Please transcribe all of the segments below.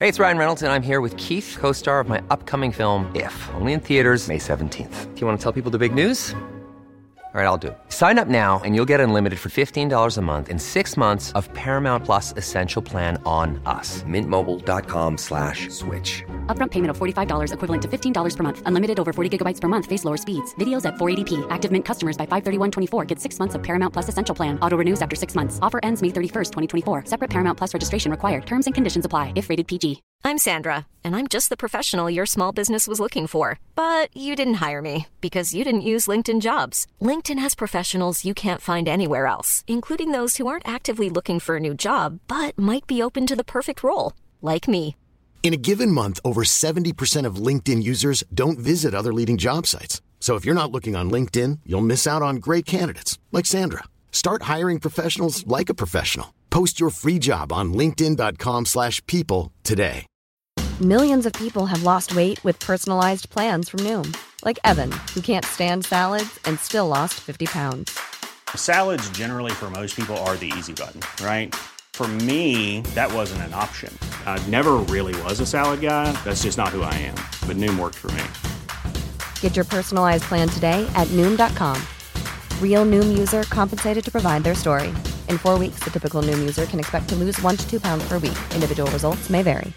Hey, it's Ryan Reynolds, and I'm here with Keith, co-star of my upcoming film, If, only in theaters May 17th. Do you want to tell people the big news? All right, I'll do it. Sign up now and you'll get unlimited for $15 a month and 6 months of Paramount Plus Essential Plan on us. MintMobile.com/switch. Upfront payment of $45 equivalent to $15 per month. Unlimited over 40 gigabytes per month. Face lower speeds. Videos at 480p. Active Mint customers by 531.24 get 6 months of Paramount Plus Essential Plan. Auto renews after 6 months. Offer ends May 31st, 2024. Separate Paramount Plus registration required. Terms and conditions apply if rated PG. I'm Sandra, and I'm just the professional your small business was looking for. But you didn't hire me because you didn't use LinkedIn Jobs. LinkedIn has professionals you can't find anywhere else, including those who aren't actively looking for a new job, but might be open to the perfect role, like me. In a given month, over 70% of LinkedIn users don't visit other leading job sites. So if you're not looking on LinkedIn, you'll miss out on great candidates like Sandra. Start hiring professionals like a professional. Post your free job on linkedin.com/people today. Millions of people have lost weight with personalized plans from Noom. Like Evan, who can't stand salads and still lost 50 pounds. Salads generally for most people are the easy button, right? For me, that wasn't an option. I never really was a salad guy. That's just not who I am. But Noom worked for me. Get your personalized plan today at Noom.com. Real Noom user compensated to provide their story. In 4 weeks, the typical Noom user can expect to lose 1 to 2 pounds per week. Individual results may vary.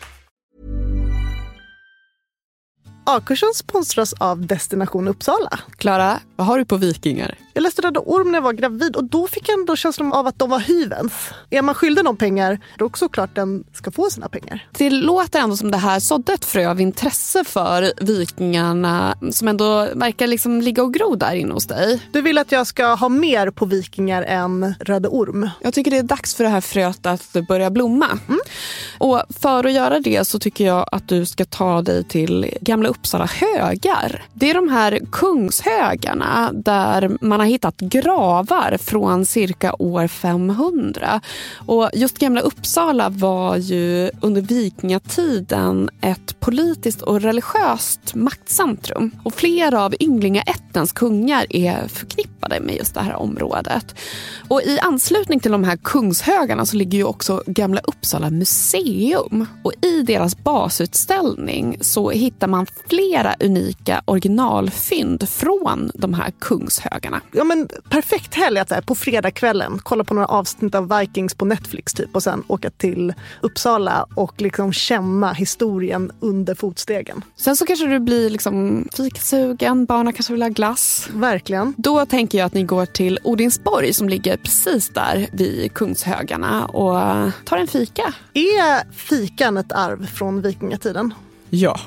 A-kursen sponsras av Destination Uppsala. Klara, vad har du på vikingar? Jag läste Röda Orm när jag var gravid och då fick jag ändå känslan av att de var hyvens. Är man skyldig någon pengar, då är också klart den ska få sina pengar. Det låter ändå som det här sådde ett frö av intresse för vikingarna som ändå verkar liksom ligga och gro där inne hos dig. Du vill att jag ska ha mer på vikingar än Röda Orm? Jag tycker det är dags för det här fröet att börja blomma. Och för att göra det så tycker jag att du ska ta dig till Gamla Uppsala högar. Det är de här kungshögarna där man har hittat gravar från cirka år 500. Och just Gamla Uppsala var ju under vikingatiden ett politiskt och religiöst maktcentrum. Och flera av ynglingaättens kungar är förknippade med just det här området. Och i anslutning till de här kungshögarna så ligger ju också Gamla Uppsala museum. Och i deras basutställning så hittar man flera unika originalfynd från de här kungshögarna. Ja men perfekt helg att så här, på fredagskvällen kolla på några avsnitt av Vikings på Netflix typ och sen åka till Uppsala och liksom känna historien under fotstegen. Sen så kanske du blir liksom fikasugen, barnen kanske vill ha glass. Verkligen. Då tänker jag att ni går till Odinsborg som ligger precis där vid kungshögarna och tar en fika. Är fikan ett arv från vikingatiden? Ja.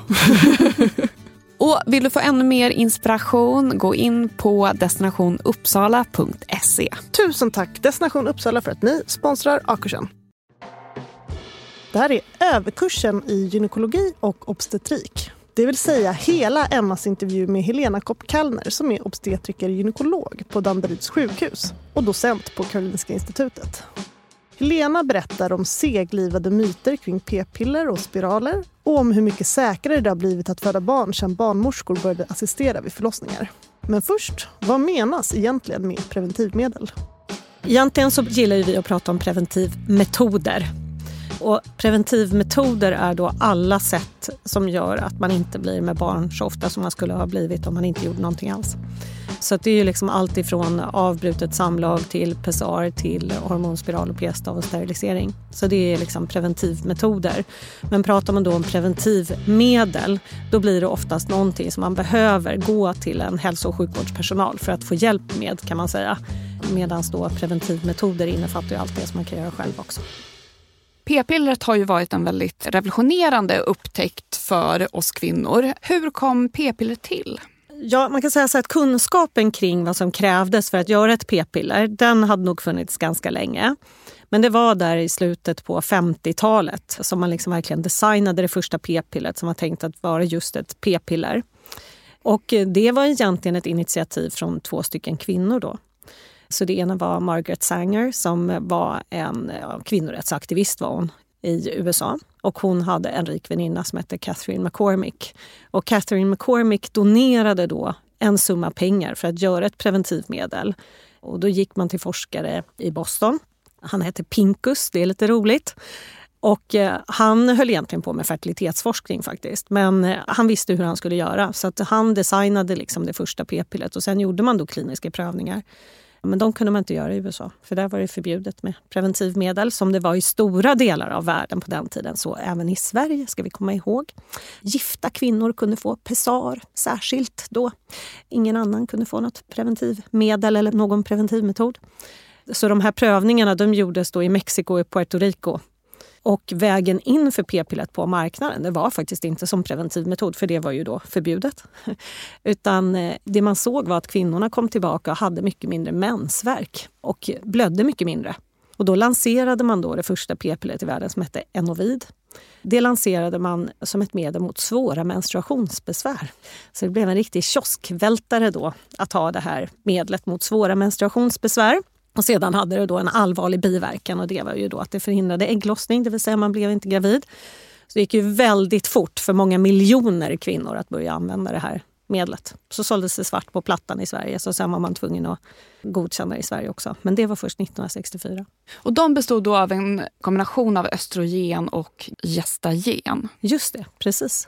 Och vill du få ännu mer inspiration, gå in på destinationuppsala.se. Tusen tack Destination Uppsala för att ni sponsrar A-kursen. Det här är överkursen i gynekologi och obstetrik. Det vill säga hela Emmas intervju med Helena Kopp-Kallner som är obstetriker-gynekolog på Danderyds sjukhus och docent på Karolinska institutet. Helena berättar om seglivade myter kring p-piller och spiraler och om hur mycket säkrare det har blivit att föda barn sedan barnmorskor började assistera vid förlossningar. Men först, vad menas egentligen med preventivmedel? Egentligen så gillar vi att prata om preventivmetoder. Och preventivmetoder är då alla sätt som gör att man inte blir med barn så ofta som man skulle ha blivit om man inte gjorde någonting alls. Så det är ju liksom allt ifrån avbrutet samlag till PSAR till hormonspiral och p-stav och sterilisering. Så det är liksom preventivmetoder. Men pratar man då om preventivmedel, då blir det oftast någonting som man behöver gå till en hälso- och sjukvårdspersonal för att få hjälp med, kan man säga. Medan då preventivmetoder innefattar ju allt det som man kan göra själv också. P-pillret har ju varit en väldigt revolutionerande upptäckt för oss kvinnor. Hur kom p-pillret till? Ja, man kan säga så att kunskapen kring vad som krävdes för att göra ett p-piller, den hade nog funnits ganska länge. Men det var där i slutet på 50-talet som man liksom verkligen designade det första p-pillret som var tänkt att vara just ett p-piller. Och det var egentligen ett initiativ från 2 stycken kvinnor då. Så det ena var Margaret Sanger som var en kvinnorättsaktivist var hon i USA. Och hon hade en rik väninna som hette Catherine McCormick. Och Catherine McCormick donerade då en summa pengar för att göra ett preventivmedel. Och då gick man till forskare i Boston. Han hette Pincus, det är lite roligt. Och han höll egentligen på med fertilitetsforskning faktiskt. Men han visste hur han skulle göra. Så att han designade liksom det första p-pillret. Och sen gjorde man då kliniska prövningar. Men de kunde man inte göra i USA. För där var det förbjudet med preventivmedel. Som det var i stora delar av världen på den tiden. Så även i Sverige ska vi komma ihåg. Gifta kvinnor kunde få Pessar särskilt då. Ingen annan kunde få något preventivmedel eller någon preventivmetod. Så de här prövningarna de gjordes då i Mexiko och i Puerto Rico. Och vägen in för p-pillret på marknaden, det var faktiskt inte som preventivmetod, för det var ju då förbjudet. Utan det man såg var att kvinnorna kom tillbaka och hade mycket mindre mensvärk och blödde mycket mindre. Och då lanserade man då det första p-pillret i världen som hette Enovid. Det lanserade man som ett medel mot svåra menstruationsbesvär. Så det blev en riktig kioskvältare då att ha det här medlet mot svåra menstruationsbesvär. Och sedan hade det då en allvarlig biverkan och det var ju då att det förhindrade ägglossning, det vill säga man blev inte gravid. Så det gick ju väldigt fort för många miljoner kvinnor att börja använda det här medlet. Så såldes det svart på plattan i Sverige, så sen var man tvungen att godkänna det i Sverige också. Men det var först 1964. Och de bestod då av en kombination av östrogen och gestagen. Just det, precis.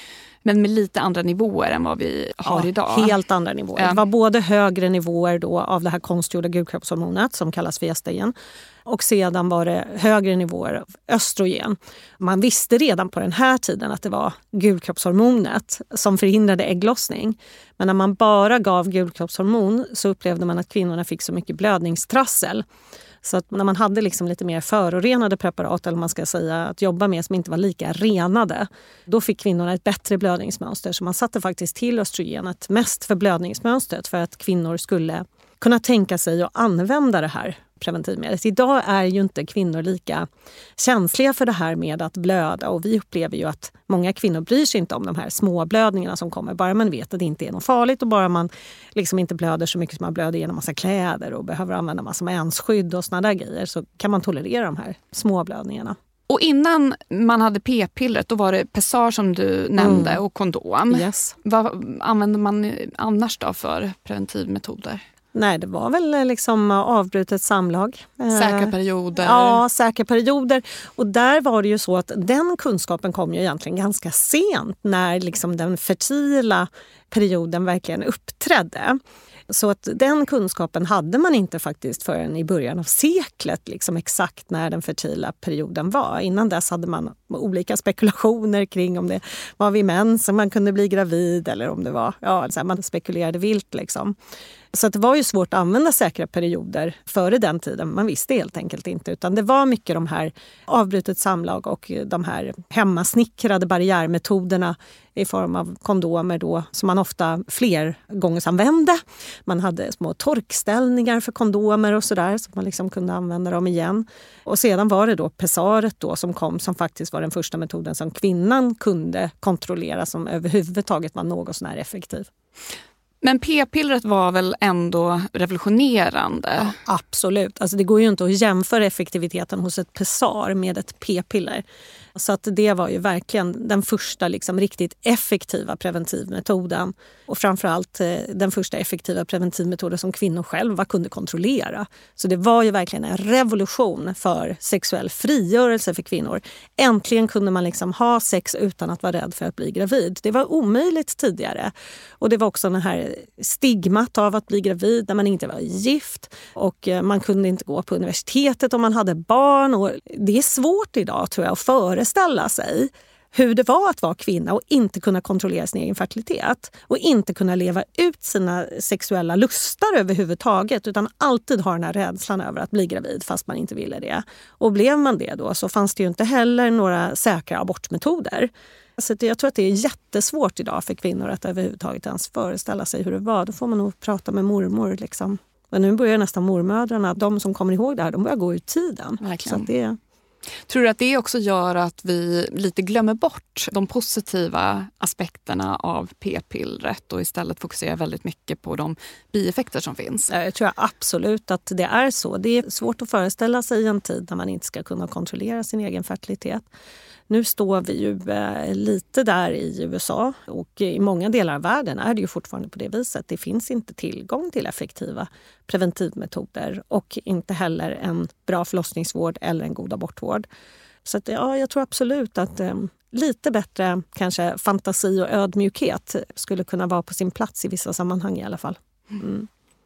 Men med lite andra nivåer än vad vi har idag. Helt andra nivåer. Det var både högre nivåer då av det här konstgjorda gulkroppshormonet som kallas för gestagen. Och sedan var det högre nivåer av östrogen. Man visste redan på den här tiden att det var gulkroppshormonet som förhindrade ägglossning. Men när man bara gav gulkroppshormon så upplevde man att kvinnorna fick så mycket blödningstrassel. Så att när man hade liksom lite mer förorenade preparat, eller man ska säga att jobba med som inte var lika renade, då fick kvinnorna ett bättre blödningsmönster. Så man satte faktiskt till östrogenet mest för blödningsmönstret för att kvinnor skulle kunna tänka sig att använda det här preventivmedlet. Idag är ju inte kvinnor lika känsliga för det här med att blöda, och vi upplever ju att många kvinnor bryr sig inte om de här små blödningarna som kommer. Bara man vet att det inte är något farligt och bara man liksom inte blöder så mycket som man blöder genom massa kläder och behöver använda massa mensskydd och såna där grejer, så kan man tolerera de här små blödningarna. Och innan man hade p-pillret då var det Pessar som du nämnde och kondom. Yes. Vad använder man annars då för preventivmetoder? Nej, det var väl liksom avbrutet samlag. Säkra perioder. Ja, säkra perioder. Och där var det ju så att den kunskapen kom ju egentligen ganska sent när liksom den fertila perioden verkligen uppträdde. Så att den kunskapen hade man inte faktiskt förrän i början av seklet, liksom exakt när den fertila perioden var. Innan dess hade man olika spekulationer kring om det var vid mens som man kunde bli gravid eller om det var, man spekulerade vilt liksom. Så att det var ju svårt att använda säkra perioder före den tiden. Man visste helt enkelt inte, utan det var mycket de här avbrutet samlag och de här hemmasnickrade barriärmetoderna i form av kondomer då, som man ofta flergångsanvände. Man hade små torkställningar för kondomer och sådär så man liksom kunde använda dem igen. Och sedan var det då Pessaret då som kom, som faktiskt var den första metoden som kvinnan kunde kontrollera, som överhuvudtaget var något sån här effektiv. Men p-pillret var väl ändå revolutionerande? Ja, absolut. Alltså det går ju inte att jämföra effektiviteten hos ett Pessar med ett p-piller. Så att det var ju verkligen den första liksom riktigt effektiva preventivmetoden. Och framförallt den första effektiva preventivmetoden som kvinnor själva kunde kontrollera. Så det var ju verkligen en revolution för sexuell frigörelse för kvinnor. Äntligen kunde man liksom ha sex utan att vara rädd för att bli gravid. Det var omöjligt tidigare. Och det var också den här stigmat av att bli gravid när man inte var gift. Och man kunde inte gå på universitetet om man hade barn. Och det är svårt idag tror jag att föreställa sig hur det var att vara kvinna och inte kunna kontrollera sin egen fertilitet. Och inte kunna leva ut sina sexuella lustar överhuvudtaget, utan alltid ha den här rädslan över att bli gravid fast man inte ville det. Och blev man det då så fanns det ju inte heller några säkra abortmetoder. Så jag tror att det är jättesvårt idag för kvinnor att överhuvudtaget ens föreställa sig hur det var. Då får man nog prata med mormor liksom. Men nu börjar nästan mormödrarna, de som kommer ihåg det här, de börjar gå ut tiden. Verkligen. Så det... Tror du att det också gör att vi lite glömmer bort de positiva aspekterna av p-pillret och istället fokuserar väldigt mycket på de bieffekter som finns? Jag tror absolut att det är så. Det är svårt att föreställa sig en tid när man inte ska kunna kontrollera sin egen fertilitet. Nu står vi ju lite där i USA och i många delar av världen är det ju fortfarande på det viset. Det finns inte tillgång till effektiva preventivmetoder och inte heller en bra förlossningsvård eller en god abortvård. Så att, ja, jag tror absolut att lite bättre kanske fantasi och ödmjukhet skulle kunna vara på sin plats i vissa sammanhang i alla fall. Mm.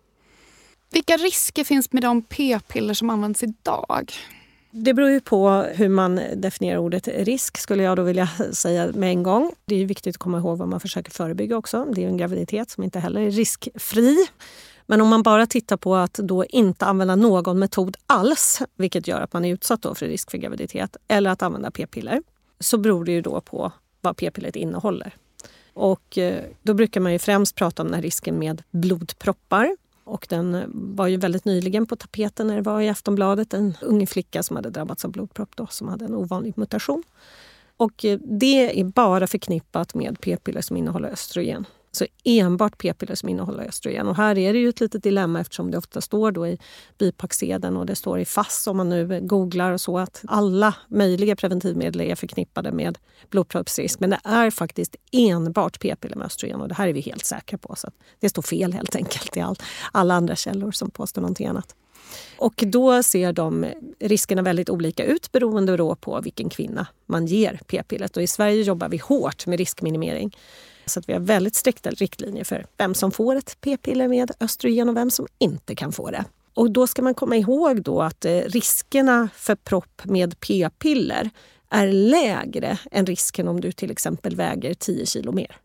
Vilka risker finns med de p-piller som används idag? Det beror ju på hur man definierar ordet risk, skulle jag då vilja säga med en gång. Det är ju viktigt att komma ihåg vad man försöker förebygga också. Det är ju en graviditet som inte heller är riskfri. Men om man bara tittar på att då inte använda någon metod alls, vilket gör att man är utsatt då för risk för graviditet, eller att använda p-piller, så beror det ju då på vad p-pillret innehåller. Och då brukar man ju främst prata om den här risken med blodproppar. Och den var ju väldigt nyligen på tapeten när det var i Aftonbladet. En ung flicka som hade drabbats av blodpropp då, som hade en ovanlig mutation. Och det är bara förknippat med p-piller som innehåller östrogen. Så enbart p-piller som innehåller östrogen. Och här är det ju ett litet dilemma eftersom det ofta står då i bipacksedeln och det står i FASS om man nu googlar och så att alla möjliga preventivmedel är förknippade med blodproppsrisk. Men det är faktiskt enbart p-piller med östrogen och det här är vi helt säkra på. Så att det står fel helt enkelt i alla andra källor som påstår någonting annat. Och då ser de riskerna väldigt olika ut beroende då på vilken kvinna man ger p-pillret. Och i Sverige jobbar vi hårt med riskminimering. Så att vi har väldigt strikta riktlinjer för vem som får ett p-piller med östrogen och vem som inte kan få det. Och då ska man komma ihåg då att riskerna för propp med p-piller är lägre än risken om du till exempel väger 10 kilo mer.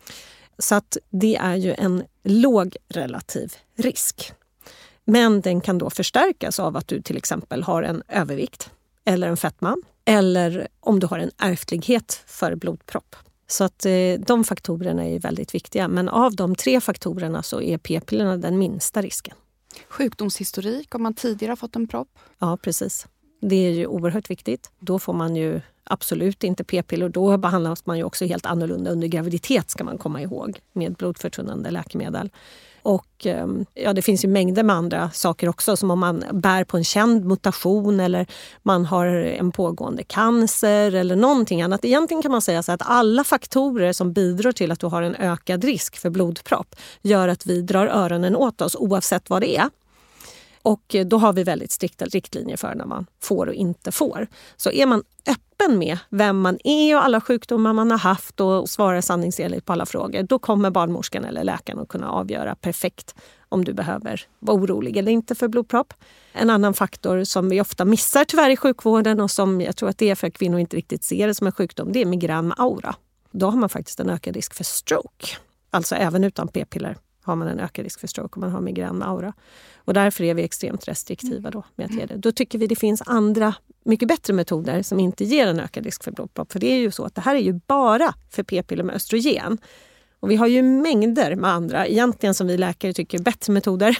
Så att det är ju en låg relativ risk. Men den kan då förstärkas av att du till exempel har en övervikt eller en fetma. Eller om du har en ärftlighet för blodpropp. Så att de faktorerna är väldigt viktiga. Men av de 3 faktorerna så är p-pillerna den minsta risken. Sjukdomshistorik om man tidigare har fått en propp? Ja, precis. Det är ju oerhört viktigt. Då får man ju absolut inte p-piller. Då behandlas man ju också helt annorlunda under graviditet ska man komma ihåg. Med blodförtunnande läkemedel. Och ja, det finns ju mängder med andra saker också som om man bär på en känd mutation eller man har en pågående cancer eller någonting annat. Egentligen kan man säga så att alla faktorer som bidrar till att du har en ökad risk för blodpropp gör att vi drar öronen åt oss oavsett vad det är. Och då har vi väldigt strikta riktlinjer för när man får och inte får. Så är man öppen med vem man är och alla sjukdomar man har haft och svarar sanningsenligt på alla frågor, då kommer barnmorskan eller läkaren att kunna avgöra perfekt om du behöver vara orolig eller inte för blodpropp. En annan faktor som vi ofta missar tyvärr i sjukvården och som jag tror att det är för att kvinnor inte riktigt ser det som en sjukdom, det är migrän med aura. Då har man faktiskt en ökad risk för stroke. Alltså även utan p-piller har man en ökad risk för stroke om man har migrän med aura. Och därför är vi extremt restriktiva då med att ge det. Då tycker vi det finns andra, mycket bättre metoder som inte ger en ökad risk för blodpropp. För det är ju så att det här är ju bara för p-piller med östrogen. Och vi har ju mängder med andra, egentligen som vi läkare tycker är bättre metoder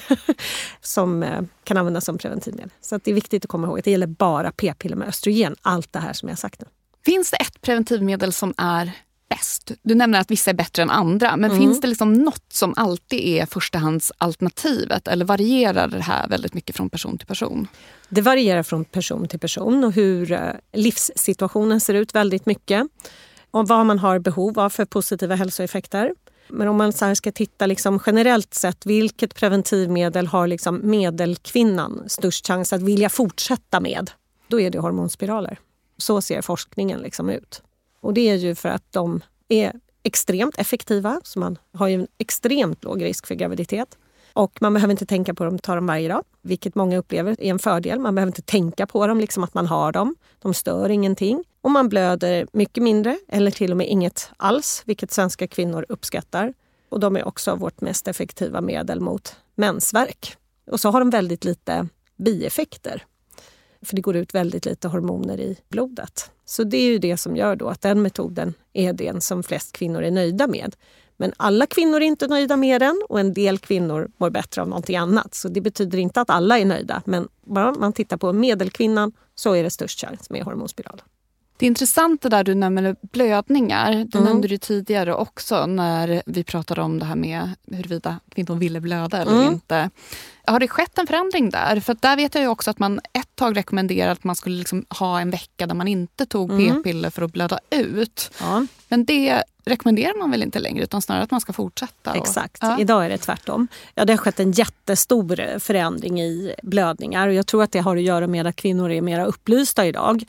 som kan användas som preventivmedel. Så att det är viktigt att komma ihåg att det gäller bara p-piller med östrogen, allt det här som jag sagt nu. Finns det ett preventivmedel som är bäst? Du nämner att vissa är bättre än andra, men finns det liksom något som alltid är förstahandsalternativet eller varierar det här väldigt mycket från person till person? Det varierar från person till person och hur livssituationen ser ut väldigt mycket. Och vad man har behov av för positiva hälsoeffekter. Men om man så här ska titta liksom generellt sett, vilket preventivmedel har liksom medelkvinnan störst chans att vilja fortsätta med? Då är det hormonspiraler. Så ser forskningen liksom ut. Och det är ju för att de är extremt effektiva, så man har ju en extremt låg risk för graviditet. Och man behöver inte tänka på dem, ta dem varje dag, vilket många upplever är en fördel. Man behöver inte tänka på dem, liksom att man har dem. De stör ingenting. Och man blöder mycket mindre eller till och med inget alls, vilket svenska kvinnor uppskattar. Och de är också vårt mest effektiva medel mot mensvärk. Och så har de väldigt lite bieffekter. För det går ut väldigt lite hormoner i blodet. Så det är ju det som gör då att den metoden är den som flest kvinnor är nöjda med. Men alla kvinnor är inte nöjda med den och en del kvinnor mår bättre av någonting annat. Så det betyder inte att alla är nöjda. Men bara man tittar på medelkvinnan så är det störst chans med hormonspiralen. Det är intressant det där du nämner blödningar. Det nämnde du tidigare också när vi pratade om det här med huruvida kvinnor ville blöda eller inte. Har det skett en förändring där? För där vet jag ju också att man ett tag rekommenderade att man skulle liksom ha en vecka där man inte tog p-piller för att blöda ut. Ja. Men det rekommenderar man väl inte längre utan snarare att man ska fortsätta? Exakt, idag är det tvärtom. Ja, det har skett en jättestor förändring i blödningar och jag tror att det har att göra med att kvinnor är mer upplysta idag.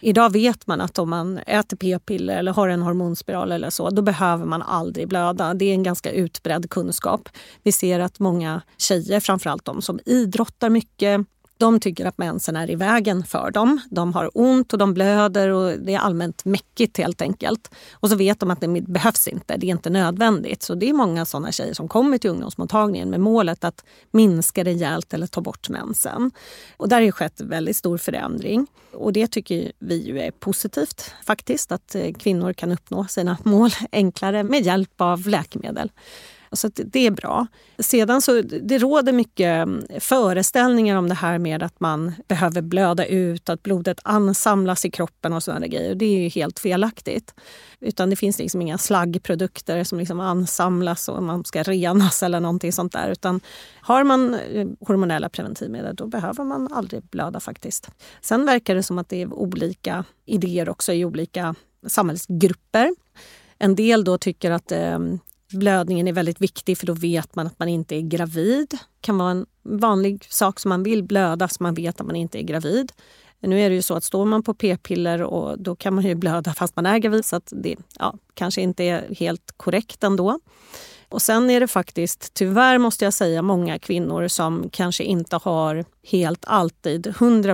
Idag vet man att om man äter p-piller eller har en hormonspiral eller så, då behöver man aldrig blöda. Det är en ganska utbredd kunskap. Vi ser att många tjejer, framförallt de som idrottar mycket, de tycker att mensen är i vägen för dem. De har ont och de blöder och det är allmänt mäckigt helt enkelt. Och så vet de att det behövs inte, det är inte nödvändigt. Så det är många sådana tjejer som kommer till ungdomsmottagningen med målet att minska rejält eller ta bort mensen. Och där har ju skett väldigt stor förändring. Och det tycker vi ju är positivt faktiskt, att kvinnor kan uppnå sina mål enklare med hjälp av läkemedel. Så det är bra. Sedan så det råder mycket föreställningar om det här med att man behöver blöda ut, att blodet ansamlas i kroppen och sådana grejer. Det är ju helt felaktigt. Utan det finns liksom inga slaggprodukter som liksom ansamlas och man ska renas eller någonting sånt där. Utan har man hormonella preventivmedel, då behöver man aldrig blöda faktiskt. Sen verkar det som att det är olika idéer också i olika samhällsgrupper. En del då tycker att blödningen är väldigt viktig, för då vet man att man inte är gravid. Det kan vara en vanlig sak som man vill blöda så man vet att man inte är gravid. Nu är det ju så att står man på p-piller och då kan man ju blöda fast man är gravid, så att det kanske inte är helt korrekt ändå. Och sen är det faktiskt, tyvärr måste jag säga, många kvinnor som kanske inte har helt alltid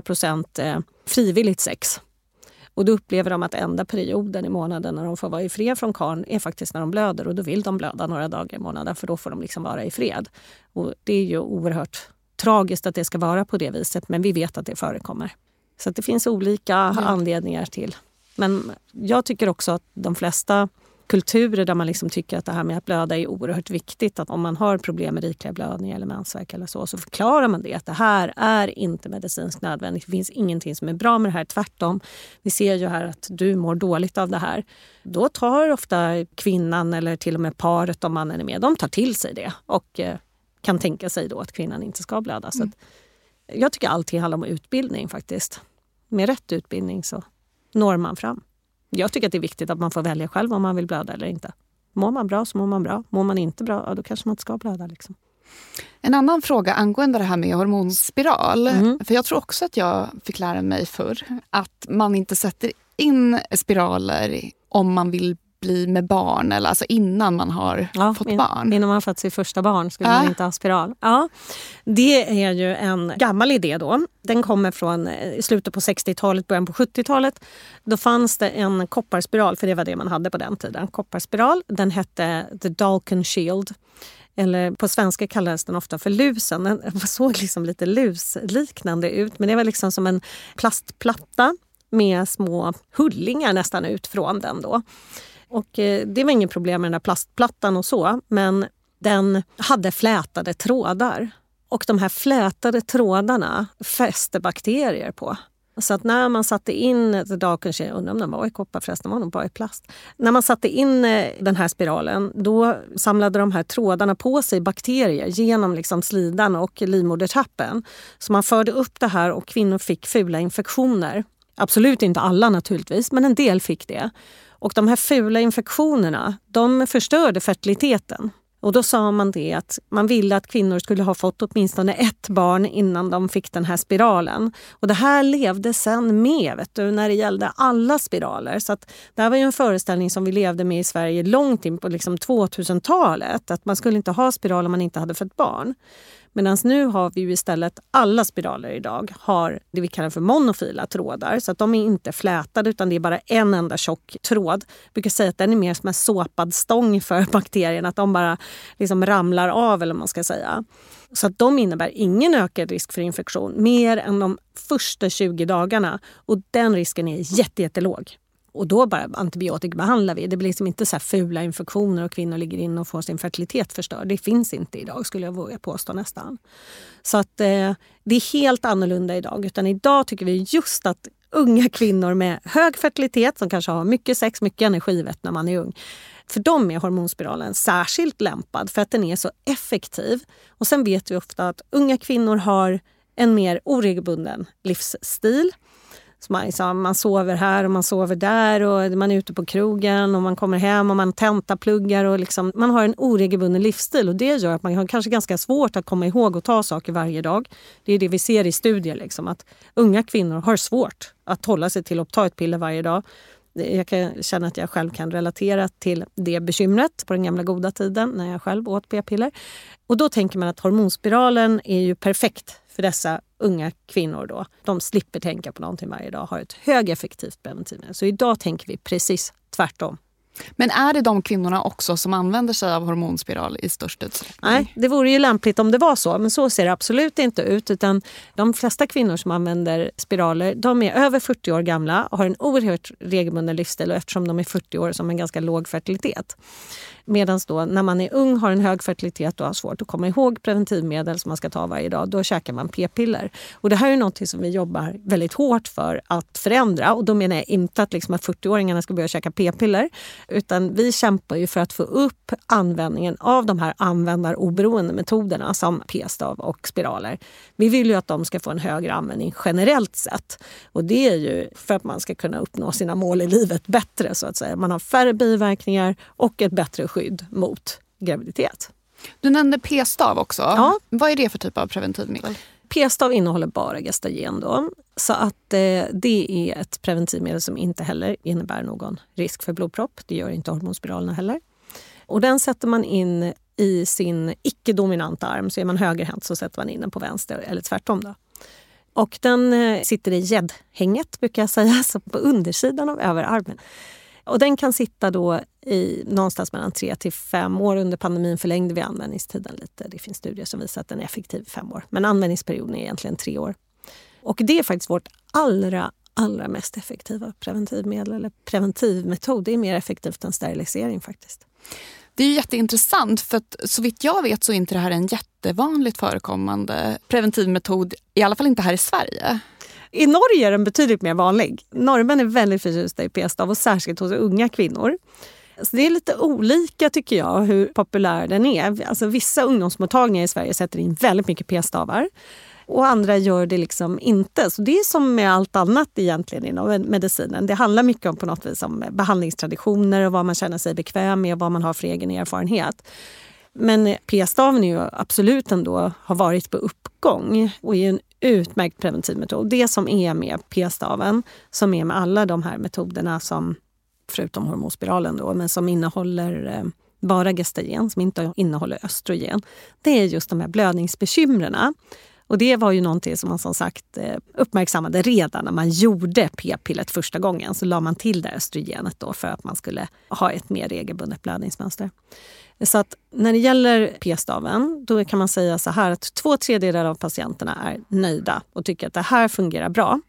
100% frivilligt sex. Och då upplever de att enda perioden i månaden när de får vara i fred från karn är faktiskt när de blöder. Och då vill de blöda några dagar i månaden, för då får de liksom vara i fred. Och det är ju oerhört tragiskt att det ska vara på det viset, men vi vet att det förekommer. Så att det finns olika anledningar till. Men jag tycker också att de flesta kulturer där man liksom tycker att det här med att blöda är oerhört viktigt, att om man har problem med rikliga blödningar eller mensvärk eller så förklarar man det, att det här är inte medicinskt nödvändigt. Det finns ingenting som är bra med det här, tvärtom. Vi ser ju här att du mår dåligt av det här. Då tar ofta kvinnan eller till och med paret, om mannen är med, de tar till sig det och kan tänka sig då att kvinnan inte ska blöda. Så att jag tycker allting handlar om utbildning faktiskt. Med rätt utbildning så når man fram. Jag tycker att det är viktigt att man får välja själv om man vill blöda eller inte. Mår man bra så mår man bra. Mår man inte bra, då kanske man inte ska blöda. Liksom. En annan fråga angående det här med hormonspiral. För jag tror också att jag fick lära mig förr att man inte sätter in spiraler om man vill bli med barn, eller alltså innan man har fått barn. Innan man har fått sitt första barn skulle man inte ha spiral. Ja, det är ju en gammal idé då. Den kommer från slutet på 60-talet, början på 70-talet. Då fanns det en kopparspiral, för det var det man hade på den tiden. Kopparspiral, den hette The Dalkon Shield. Eller på svenska kallades den ofta för lusen. Den såg liksom lite lusliknande ut, men det var liksom som en plastplatta med små hullingar nästan ut från den då. Och det var ingen problem med den där plastplattan och så, men den hade flätade trådar. Och de här flätade trådarna fäste bakterier på. Så att när man satte in, undrar om den var i koppar förresten, var den bara i plast. När man satte in den här spiralen, då samlade de här trådarna på sig bakterier genom liksom slidan och livmodertappen. Så man förde upp det här och kvinnor fick fula infektioner. Absolut inte alla naturligtvis, men en del fick det. Och de här fula infektionerna, de förstörde fertiliteten. Och då sa man det att man ville att kvinnor skulle ha fått åtminstone ett barn innan de fick den här spiralen. Och det här levde sen med när det gällde alla spiraler. Så att det här var ju en föreställning som vi levde med i Sverige långt in på liksom 2000-talet. Att man skulle inte ha spiral om man inte hade fått barn. Medan nu har vi ju istället, alla spiraler idag har det vi kallar för monofila trådar. Så att de är inte flätade utan det är bara en enda tjock tråd. Jag brukar säga att den är mer som en såpad stång för bakterierna. Att de bara liksom ramlar av, eller man ska säga. Så att de innebär ingen ökad risk för infektion mer än de första 20 dagarna. Och den risken är jättelåg. Och då bara antibiotikbehandlar vi. Det blir liksom inte så här fula infektioner och kvinnor ligger in och får sin fertilitet förstörd. Det finns inte idag, skulle jag våga påstå nästan. Så att det är helt annorlunda idag. Utan idag tycker vi just att unga kvinnor med hög fertilitet som kanske har mycket sex, mycket energivett när man är ung. För dem är hormonspiralen särskilt lämpad för att den är så effektiv. Och sen vet vi ofta att unga kvinnor har en mer oregelbunden livsstil. Så man sover här och man sover där och man är ute på krogen och man kommer hem och man tentapluggar och liksom, man har en oregelbunden livsstil och det gör att man har kanske ganska svårt att komma ihåg och ta saker varje dag. Det är det vi ser i studier, liksom, att unga kvinnor har svårt att hålla sig till att ta ett piller varje dag. Jag kan känna att jag själv kan relatera till det bekymret på den gamla goda tiden när jag själv åt p-piller. Och då tänker man att hormonspiralen är ju perfekt för dessa unga kvinnor då. De slipper tänka på någonting varje dag, har ett högeffektivt preventivmedel. Så idag tänker vi precis tvärtom. Men är det de kvinnorna också som använder sig av hormonspiral i störst utsträckning? Nej, det vore ju lämpligt om det var så. Men så ser det absolut inte ut. Utan de flesta kvinnor som använder spiraler, de är över 40 år gamla och har en oerhört regelbunden livsstil. Och eftersom de är 40 år så har man ganska låg fertilitet. Medan då när man är ung, har en hög fertilitet och har svårt att komma ihåg preventivmedel som man ska ta varje dag, då käkar man p-piller. Och det här är något som vi jobbar väldigt hårt för att förändra. Och då menar jag inte att, liksom, att 40-åringarna ska börja käka p-piller. Utan vi kämpar ju för att få upp användningen av de här användaroberoende metoderna som p-stav och spiraler. Vi vill ju att de ska få en högre användning generellt sett. Och det är ju för att man ska kunna uppnå sina mål i livet bättre, så att säga. Man har färre biverkningar och ett bättre skydd mot graviditet. Du nämnde p-stav också. Ja. Vad är det för typ av preventivmedel? P-stav innehåller bara gestagen då. Så att det är ett preventivmedel som inte heller innebär någon risk för blodpropp. Det gör inte hormonspiralerna heller. Och den sätter man in i sin icke-dominanta arm. Så är man högerhänt så sätter man in den på vänster eller tvärtom då. Och den sitter i gäddhänget, brukar jag säga, så på undersidan av överarmen. Och den kan sitta då i någonstans mellan 3 till 5 år. Under pandemin förlängde vi användningstiden lite. Det finns studier som visar att den är effektiv i 5 år. Men användningsperioden är egentligen 3 år. Och det är faktiskt vårt allra mest effektiva preventivmedel eller preventivmetod. Det är mer effektivt än sterilisering faktiskt. Det är ju jätteintressant för att så vitt jag vet så är inte det här en jättevanligt förekommande preventivmetod. I alla fall inte här i Sverige. I Norge är den betydligt mer vanlig. Norrmän är väldigt förtjusta i p-stav och särskilt hos unga kvinnor. Så det är lite olika tycker jag hur populär den är. Alltså vissa ungdomsmottagningar i Sverige sätter in väldigt mycket p-stavar. Och andra gör det liksom inte. Så det är som med allt annat egentligen inom medicinen. Det handlar mycket om på något vis om behandlingstraditioner och vad man känner sig bekväm med och vad man har för egen erfarenhet. Men p-staven är ju absolut ändå har varit på uppgång och är en utmärkt preventivmetod. Det som är med p-staven, som är med alla de här metoderna som, förutom hormonspiralen då, men som innehåller bara gestagen, som inte innehåller östrogen, det är just de här blödningsbekymren. Och det var ju någonting som man som sagt uppmärksammade redan när man gjorde p-pillet första gången. Så la man till det östrogenet då för att man skulle ha ett mer regelbundet blödningsmönster. Så att när det gäller p-staven, då kan man säga så här att 2/3 av patienterna är nöjda och tycker att det här fungerar bra.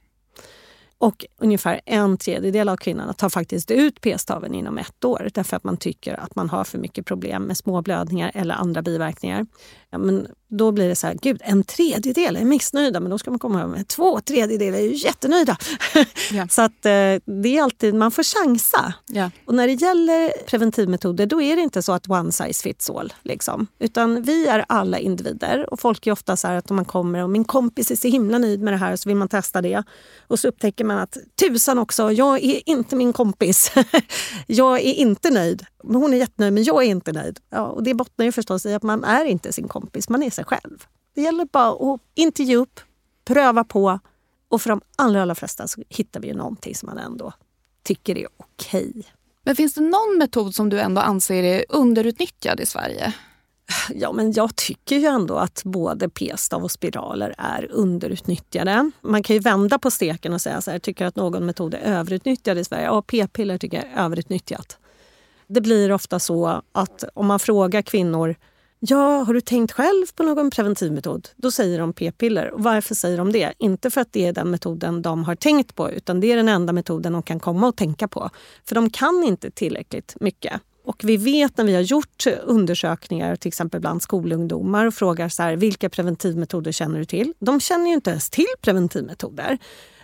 Och ungefär 1/3 av kvinnorna tar faktiskt ut p-staven inom 1 år. Därför att man tycker att man har för mycket problem med småblödningar eller andra biverkningar. Ja, men då blir det så här, gud, 1/3 är missnöjda. Men då ska man komma ihåg med 2/3 är ju jättenöjda. Ja. Så att det är alltid, man får chansa. Ja. Och när det gäller preventivmetoder, då är det inte så att one size fits all. Liksom. Utan vi är alla individer. Och folk är ofta så här att om man kommer och min kompis är så himla nöjd med det här så vill man testa det. Och så upptäcker man att tusan också, jag är inte min kompis. Jag är inte nöjd. Hon är jättenöjd men jag är inte nöjd. Ja, och det bottnar ju förstås i att man är inte sin kompis, man är sig själv. Det gäller bara att inte ge upp, pröva på och för de allra flesta så hittar vi ju någonting som man ändå tycker är okej. Men finns det någon metod som du ändå anser är underutnyttjad i Sverige? Ja, men jag tycker ju ändå att både p-stav och spiraler är underutnyttjade. Man kan ju vända på steken och säga så här, tycker att någon metod är överutnyttjad i Sverige? Ja, p-piller tycker jag är överutnyttjat. Det blir ofta så att om man frågar kvinnor, ja, har du tänkt själv på någon preventivmetod? Då säger de p-piller. Och varför säger de det? Inte för att det är den metoden de har tänkt på, utan det är den enda metoden de kan komma och tänka på. För de kan inte tillräckligt mycket. Och vi vet när vi har gjort undersökningar till exempel bland skolungdomar och frågar så här, vilka preventivmetoder känner du till? De känner ju inte ens till preventivmetoder.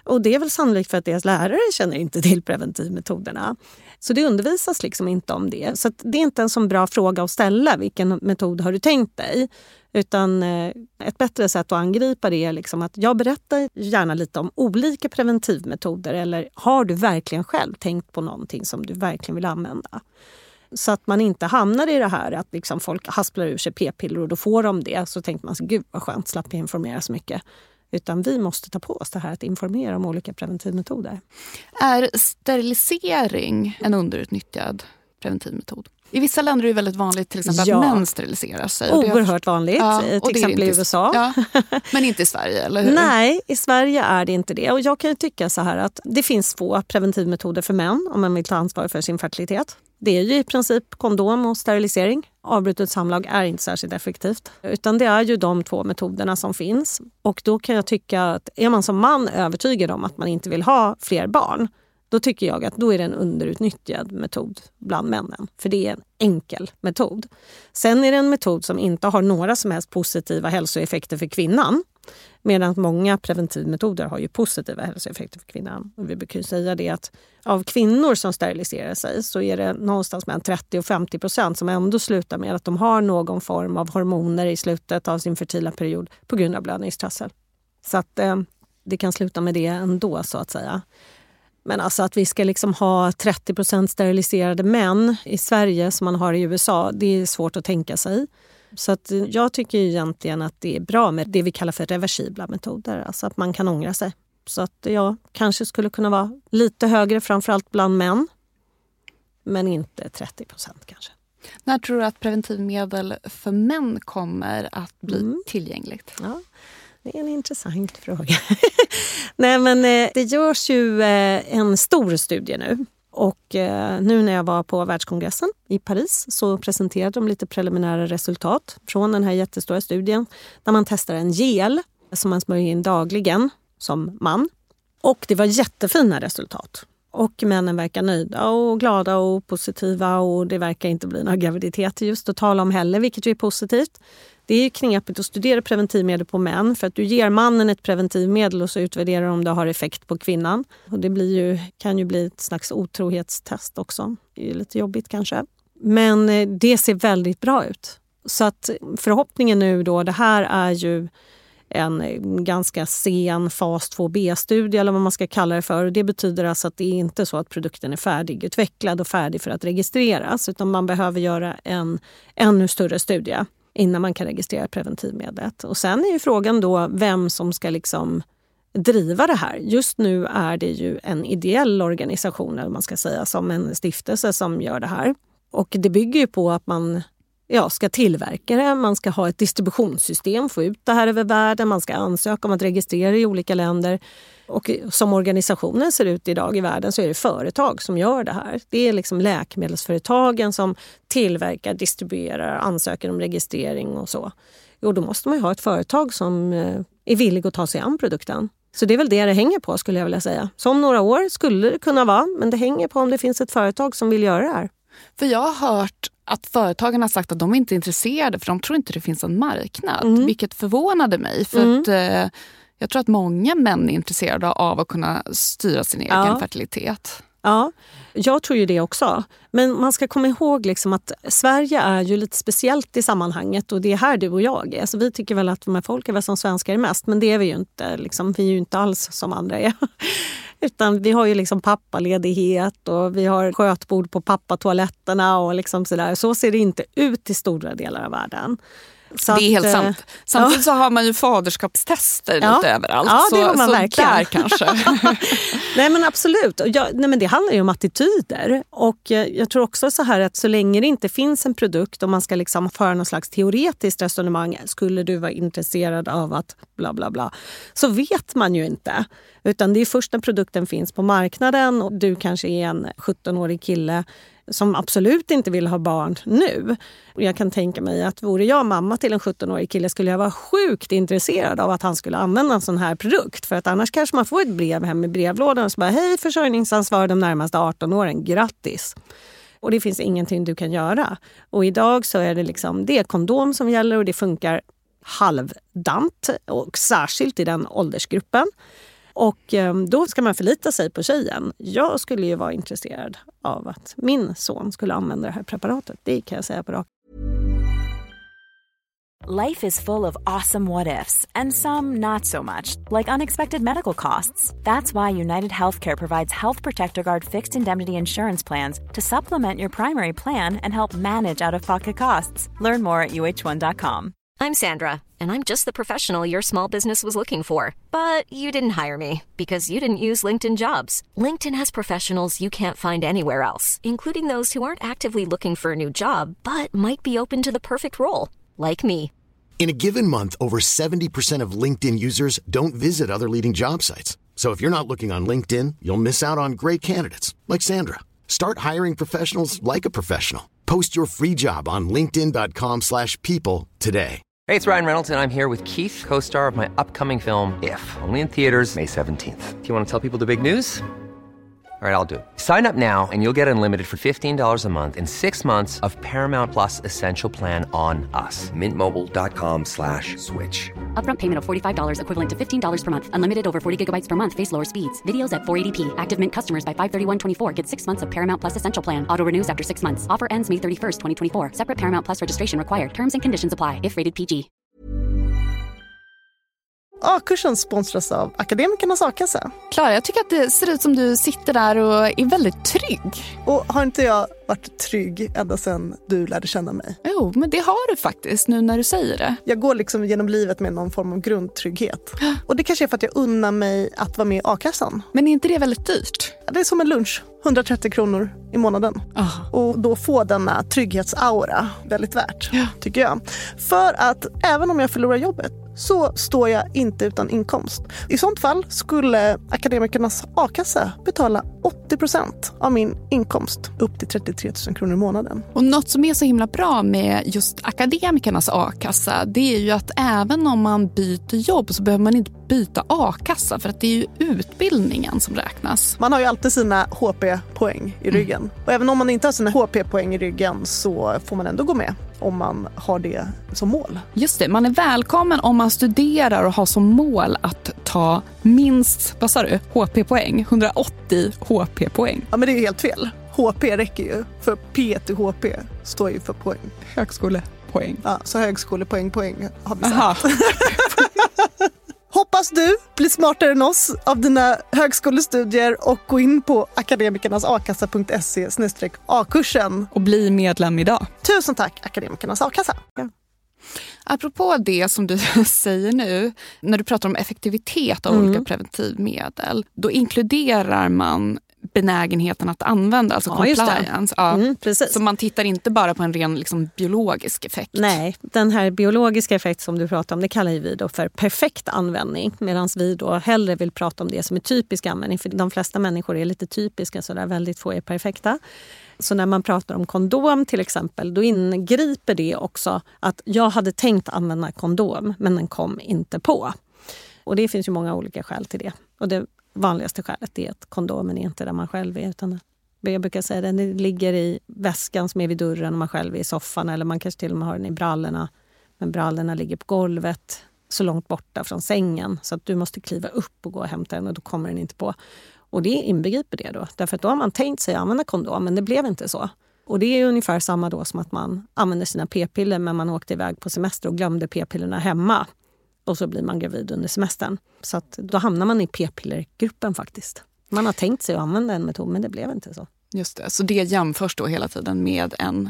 Och det är väl sannolikt för att deras lärare känner inte till preventivmetoderna. Så det undervisas liksom inte om det. Så att det är inte en så bra fråga att ställa, vilken metod har du tänkt dig? Utan ett bättre sätt att angripa det är liksom att jag berättar gärna lite om olika preventivmetoder. Eller har du verkligen själv tänkt på någonting som du verkligen vill använda? Så att man inte hamnar i det här att liksom folk hasplar ur sig p-piller och då får de det. Så tänker man så, gud vad skönt, slapp jag informera så mycket. Utan vi måste ta på oss det här att informera om olika preventivmetoder. Är sterilisering en underutnyttjad preventivmetod? I vissa länder är det väldigt vanligt till exempel att män steriliserar sig. Oerhört vanligt, till exempel i USA. Ja, men inte i Sverige, eller hur? Nej, i Sverige är det inte det. Och jag kan ju tycka så här att det finns få preventivmetoder för män om man vill ta ansvar för sin fertilitet. Det är ju i princip kondom och sterilisering. Avbrutet samlag är inte särskilt effektivt. Utan det är ju de 2 metoderna som finns. Och då kan jag tycka att är man som man övertygad om att man inte vill ha fler barn, då tycker jag att då är det en underutnyttjad metod bland männen. För det är en enkel metod. Sen är det en metod som inte har några som helst positiva hälsoeffekter för kvinnan. Medan många preventivmetoder har ju positiva hälsoeffekter för kvinnan. Och vi brukar ju säga det att av kvinnor som steriliserar sig så är det någonstans mellan 30-50% som ändå slutar med att de har någon form av hormoner i slutet av sin fertila period på grund av blödningstrassel. Så att det kan sluta med det ändå, så att säga. Men alltså att vi ska liksom ha 30% steriliserade män i Sverige som man har i USA, det är svårt att tänka sig. Så att jag tycker egentligen att det är bra med det vi kallar för reversibla metoder. Alltså att man kan ångra sig. Så att jag kanske skulle kunna vara lite högre, framförallt bland män. Men inte 30% kanske. När tror du att preventivmedel för män kommer att bli tillgängligt? Ja, det är en intressant fråga. Nej, men det görs ju en stor studie nu. Och nu när jag var på världskongressen i Paris så presenterade de lite preliminära resultat från den här jättestora studien. Där man testar en gel som man smörjer in dagligen som man. Och det var jättefina resultat. Och männen verkar nöjda och glada och positiva och det verkar inte bli några graviditeter just att tala om heller, vilket ju är positivt. Det är ju knepigt att studera preventivmedel på män för att du ger mannen ett preventivmedel och så utvärderar om det har effekt på kvinnan. Och det kan ju bli ett slags otrohetstest också. Det är lite jobbigt kanske. Men det ser väldigt bra ut. Så att förhoppningen nu då, det här är ju en ganska sen fas 2B-studie eller vad man ska kalla det för. Det betyder alltså att det är inte så att produkten är färdigutvecklad och färdig för att registreras utan man behöver göra en ännu större studie innan man kan registrera preventivmedlet. Och sen är ju frågan då vem som ska liksom driva det här. Just nu är det ju en ideell organisation eller man ska säga som en stiftelse som gör det här. Och det bygger ju på att man ska tillverka det, man ska ha ett distributionssystem, få ut det här över världen, man ska ansöka om att registrera i olika länder. Och som organisationen ser ut idag i världen så är det företag som gör det här. Det är liksom läkemedelsföretagen som tillverkar, distribuerar, ansöker om registrering och så. Och då måste man ju ha ett företag som är villig att ta sig an produkten. Så det är väl det hänger på skulle jag vilja säga. Så om några år skulle det kunna vara, men det hänger på om det finns ett företag som vill göra det här. För jag har hört att företagen har sagt att de inte är intresserade för de tror inte det finns en marknad. Vilket förvånade mig för att jag tror att många män är intresserade av att kunna styra sin egen fertilitet. Ja, jag tror ju det också. Men man ska komma ihåg liksom att Sverige är ju lite speciellt i sammanhanget och det är här du och jag är. Så vi tycker väl att de här folk är väl som svenskar är mest, men det är vi ju inte. Liksom, vi är ju inte alls som andra är. Utan vi har ju liksom pappaledighet och vi har skötbord på pappatoaletterna och liksom sådär. Så ser det inte ut i stora delar av världen. Så det är helt sant. Samtidigt så har man ju faderskapstester lite överallt. Ja, det har man så verkligen. Där kanske. Nej men absolut. Nej, men det handlar ju om attityder. Och jag tror också så här att så länge det inte finns en produkt och man ska liksom föra någon slags teoretiskt resonemang. Skulle du vara intresserad av att bla bla bla. Så vet man ju inte. Utan det är först när produkten finns på marknaden och du kanske är en 17-årig kille som absolut inte vill ha barn nu. Och jag kan tänka mig att vore jag mamma till en 17-årig kille skulle jag vara sjukt intresserad av att han skulle använda en sån här produkt. För att annars kanske man får ett brev hem i brevlådan och så bara hej försörjningsansvar de närmaste 18 åren, grattis. Och det finns ingenting du kan göra. Och idag så är det liksom det kondom som gäller och det funkar halvdant och särskilt i den åldersgruppen. Och då ska man förlita sig på tjejen. Jag skulle ju vara intresserad av att min son skulle använda det här preparatet. Det kan jag säga på rak. Life is full of awesome what-ifs, and some not so much, like unexpected medical costs. That's why United Healthcare provides Health Protector Guard fixed indemnity insurance plans to supplement your primary plan and help manage out-of-pocket costs. Learn more at uh1.com. I'm Sandra, and I'm just the professional your small business was looking for. But you didn't hire me because you didn't use LinkedIn Jobs. LinkedIn has professionals you can't find anywhere else, including those who aren't actively looking for a new job, but might be open to the perfect role, like me. In a given month, over 70% of LinkedIn users don't visit other leading job sites. So if you're not looking on LinkedIn, you'll miss out on great candidates like Sandra. Start hiring professionals like a professional. Post your free job on linkedin.com/people today. Hey, it's Ryan Reynolds, and I'm here with Keith, co-star of my upcoming film, If, only in theaters May 17th. Do you want to tell people the big news? All right, I'll do it. Sign up now and you'll get unlimited for $15 a month and 6 months of Paramount Plus Essential Plan on us. Mintmobile.com/switch. Upfront payment of $45 equivalent to $15 per month. Unlimited over 40 gigabytes per month. Face lower speeds. Videos at 480p. Active Mint customers by 531.24 get 6 months of Paramount Plus Essential Plan. Auto renews after 6 months. Offer ends May 31st, 2024. Separate Paramount Plus registration required. Terms and conditions apply if rated PG. A-kursen sponsras av Akademikernas A-kassa. Klara, jag tycker att det ser ut som du sitter där och är väldigt trygg. Och har inte jag varit trygg ända sedan du lärde känna mig? Jo, men det har du faktiskt nu när du säger det. Jag går liksom genom livet med någon form av grundtrygghet. Och det kanske är för att jag unnar mig att vara med i A-kassan. Men är inte det väldigt dyrt? Det är som en lunch. 130 kronor i månaden. Och då få denna trygghetsaura väldigt värt, tycker jag. För att även om jag förlorar jobbet så står jag inte utan inkomst. I sånt fall skulle Akademikernas A-kassa betala 80% av min inkomst upp till 33 000 kronor i månaden. Och något som är så himla bra med just Akademikernas A-kassa, det är ju att även om man byter jobb så behöver man inte byta A-kassa, för att det är ju utbildningen som räknas. Man har ju alltid sina HP-poäng i ryggen. Och även om man inte har sina HP-poäng i ryggen så får man ändå gå med om man har det som mål. Just det, man är välkommen om man studerar och har som mål att ta minst, vad sa du, HP-poäng, 180 HP-poäng. Ja, men det är ju helt fel. HP räcker ju, för P till HP står ju för poäng. Högskolepoäng. Ja, så högskolepoäng har vi sagt. Hoppas du blir smartare än oss av dina högskolestudier och gå in på akademikernasakassa.se/A-kursen. Och bli medlem idag. Tusen tack, Akademikernas A-kassa. Ja. Apropå det som du säger nu, när du pratar om effektivitet av olika preventivmedel, då inkluderar man benägenheten att använda, alltså compliance. Precis. Så man tittar inte bara på en ren liksom, biologisk effekt. Nej, den här biologiska effekt som du pratar om, det kallar vi då för perfekt användning. Medan vi då hellre vill prata om det som är typisk användning. För de flesta människor är lite typiska, så där väldigt få är perfekta. Så när man pratar om kondom till exempel, då ingriper det också att jag hade tänkt använda kondom, men den kom inte på. Och det finns ju många olika skäl till det. Och det vanligaste skälet är att kondomen är inte där man själv är, utan jag brukar säga att den ligger i väskan som är vid dörren och man själv är i soffan, eller man kanske till och med har den i brallorna, men brallorna ligger på golvet så långt borta från sängen så att du måste kliva upp och gå och hämta den, och då kommer den inte på. Och det inbegriper det då, därför att då har man tänkt sig att använda kondom, men det blev inte så. Och det är ungefär samma då som att man använder sina p-piller, men man åkte iväg på semester och glömde p-pillerna hemma. Och så blir man gravid under semestern. Så att då hamnar man i p-pillergruppen faktiskt. Man har tänkt sig att använda en metod, men det blev inte så. Just det, så det jämförs då hela tiden med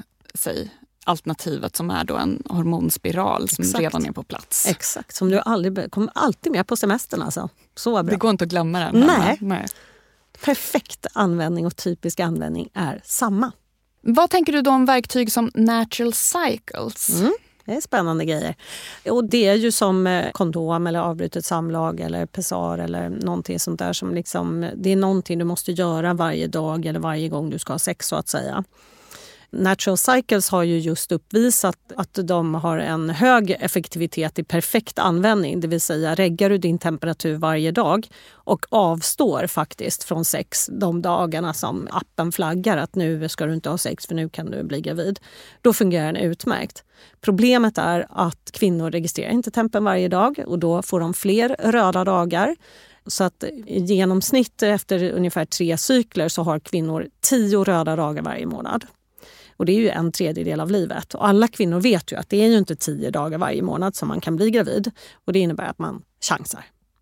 alternativet som är då en hormonspiral som redan är på plats. Exakt, som du kommer alltid med på semestern alltså. Så bra. Det går inte att glömma den. Nej. Perfekt användning och typisk användning är samma. Vad tänker du då om verktyg som Natural Cycles? Det är spännande grejer. Och det är ju som kondom eller avbrutet samlag eller pessar eller någonting sånt där som liksom, det är någonting du måste göra varje dag eller varje gång du ska ha sex, så att säga. Natural Cycles har ju just uppvisat att de har en hög effektivitet i perfekt användning. Det vill säga, reggar du din temperatur varje dag och avstår faktiskt från sex de dagarna som appen flaggar att nu ska du inte ha sex för nu kan du bli gravid. Då fungerar den utmärkt. Problemet är att kvinnor registrerar inte tempen varje dag och då får de fler röda dagar. Så att i genomsnitt efter ungefär 3 cykler så har kvinnor 10 röda dagar varje månad. Och det är ju 1/3 av livet. Och alla kvinnor vet ju att det är ju inte 10 dagar varje månad som man kan bli gravid. Och det innebär att man chansar.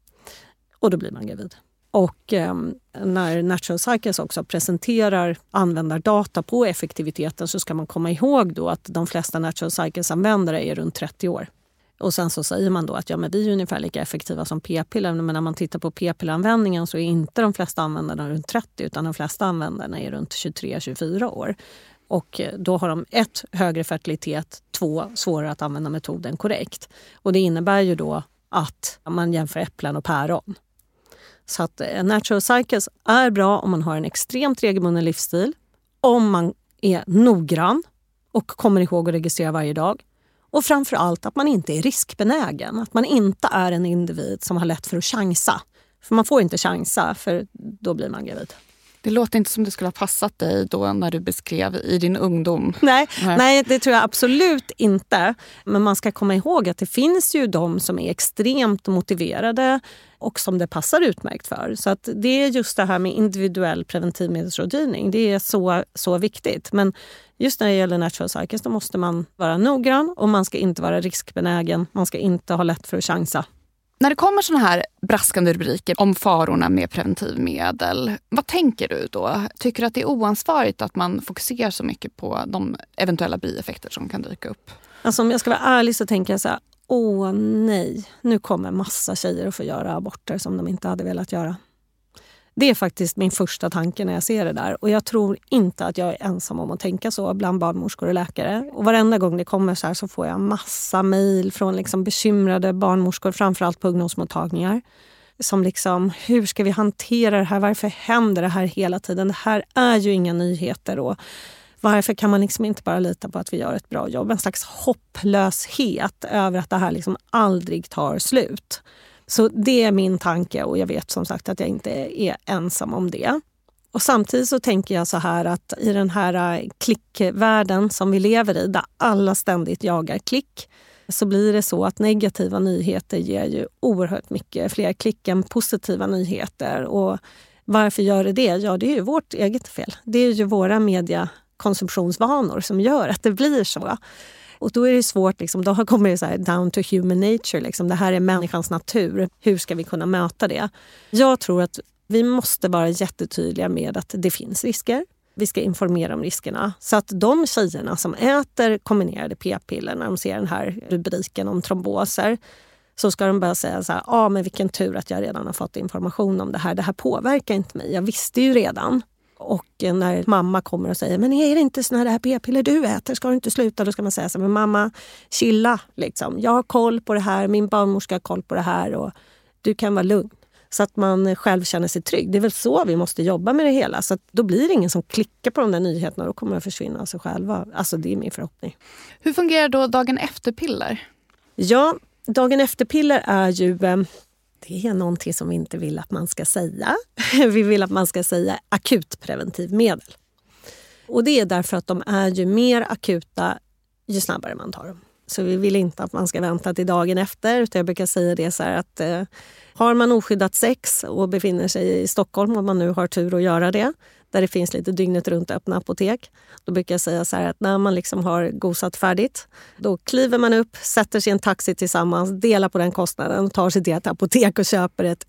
Och då blir man gravid. Och när Natural Cycles också presenterar användardata på effektiviteten så ska man komma ihåg då att de flesta Natural Cycles-användare är runt 30 år. Och sen så säger man då att men vi är ungefär lika effektiva som p-piller. Men när man tittar på p-pilleranvändningen så är inte de flesta användarna runt 30 utan de flesta användarna är runt 23-24 år. Och då har de 1, högre fertilitet, 2, svårare att använda metoden korrekt. Och det innebär ju då att man jämför äpplen och päron. Så att Natural Cycles är bra om man har en extremt regelbunden livsstil. Om man är noggrann och kommer ihåg att registrera varje dag. Och framförallt att man inte är riskbenägen. Att man inte är en individ som har lätt för att chansa. För man får inte chansa för då blir man gravid. Det låter inte som det skulle ha passat dig då när du beskrev i din ungdom. Nej, det tror jag absolut inte. Men man ska komma ihåg att det finns ju de som är extremt motiverade och som det passar utmärkt för. Så att det är just det här med individuell preventivmedelsrådgivning. Det är så viktigt. Men just när det gäller Natural Cycles då måste man vara noggrann och man ska inte vara riskbenägen. Man ska inte ha lätt för att chansa. När det kommer såna här braskande rubriker om farorna med preventivmedel, vad tänker du då? Tycker du att det är oansvarigt att man fokuserar så mycket på de eventuella bieffekter som kan dyka upp? Alltså om jag ska vara ärlig så tänker jag så här, nej, nu kommer massa tjejer att få göra aborter som de inte hade velat göra. Det är faktiskt min första tanke när jag ser det där. Och jag tror inte att jag är ensam om att tänka så bland barnmorskor och läkare. Och varenda gång det kommer så här så får jag massa mejl från liksom bekymrade barnmorskor, framförallt på ungdomsmottagningar. Som liksom, hur ska vi hantera det här? Varför händer det här hela tiden? Det här är ju inga nyheter. Och varför kan man liksom inte bara lita på att vi gör ett bra jobb? En slags hopplöshet över att det här liksom aldrig tar slut. Så det är min tanke och jag vet som sagt att jag inte är ensam om det. Och samtidigt så tänker jag så här att i den här klickvärlden som vi lever i där alla ständigt jagar klick så blir det så att negativa nyheter ger ju oerhört mycket fler klick än positiva nyheter. Och varför gör det? Ja, det är ju vårt eget fel. Det är ju våra mediekonsumtionsvanor som gör att det blir så. Och då är det svårt, liksom, då kommer det så här down to human nature. Liksom. Det här är människans natur. Hur ska vi kunna möta det? Jag tror att vi måste vara jättetydliga med att det finns risker. Vi ska informera om riskerna. Så att de tjejerna som äter kombinerade p-piller när de ser den här rubriken om tromboser så ska de bara säga så här, men vilken tur att jag redan har fått information om det här. Det här påverkar inte mig. Jag visste ju redan. Och när mamma kommer och säger, men är det inte såna här p-piller du äter? Ska du inte sluta? Då ska man säga så här, men mamma, chilla liksom. Jag har koll på det här, min barnmorska har koll på det här och du kan vara lugn. Så att man själv känner sig trygg. Det är väl så vi måste jobba med det hela. Så att då blir det ingen som klickar på de där nyheterna och då kommer de försvinna av sig själva. Alltså det är min förhoppning. Hur fungerar då dagen efter-piller? Ja, dagen efter-piller är ju... Det är någonting som vi inte vill att man ska säga. Vi vill att man ska säga akutpreventivmedel. Och det är därför att de är ju mer akuta ju snabbare man tar dem. Så vi vill inte att man ska vänta till dagen efter. Utan jag brukar säga det så här att har man oskyddat sex och befinner sig i Stockholm, om man nu har tur att göra det, där det finns lite dygnet runt öppna apotek, då brukar jag säga så här att när man liksom har gosat färdigt, då kliver man upp, sätter sig i en taxi tillsammans, delar på den kostnaden och tar sig till ett apotek och köper ett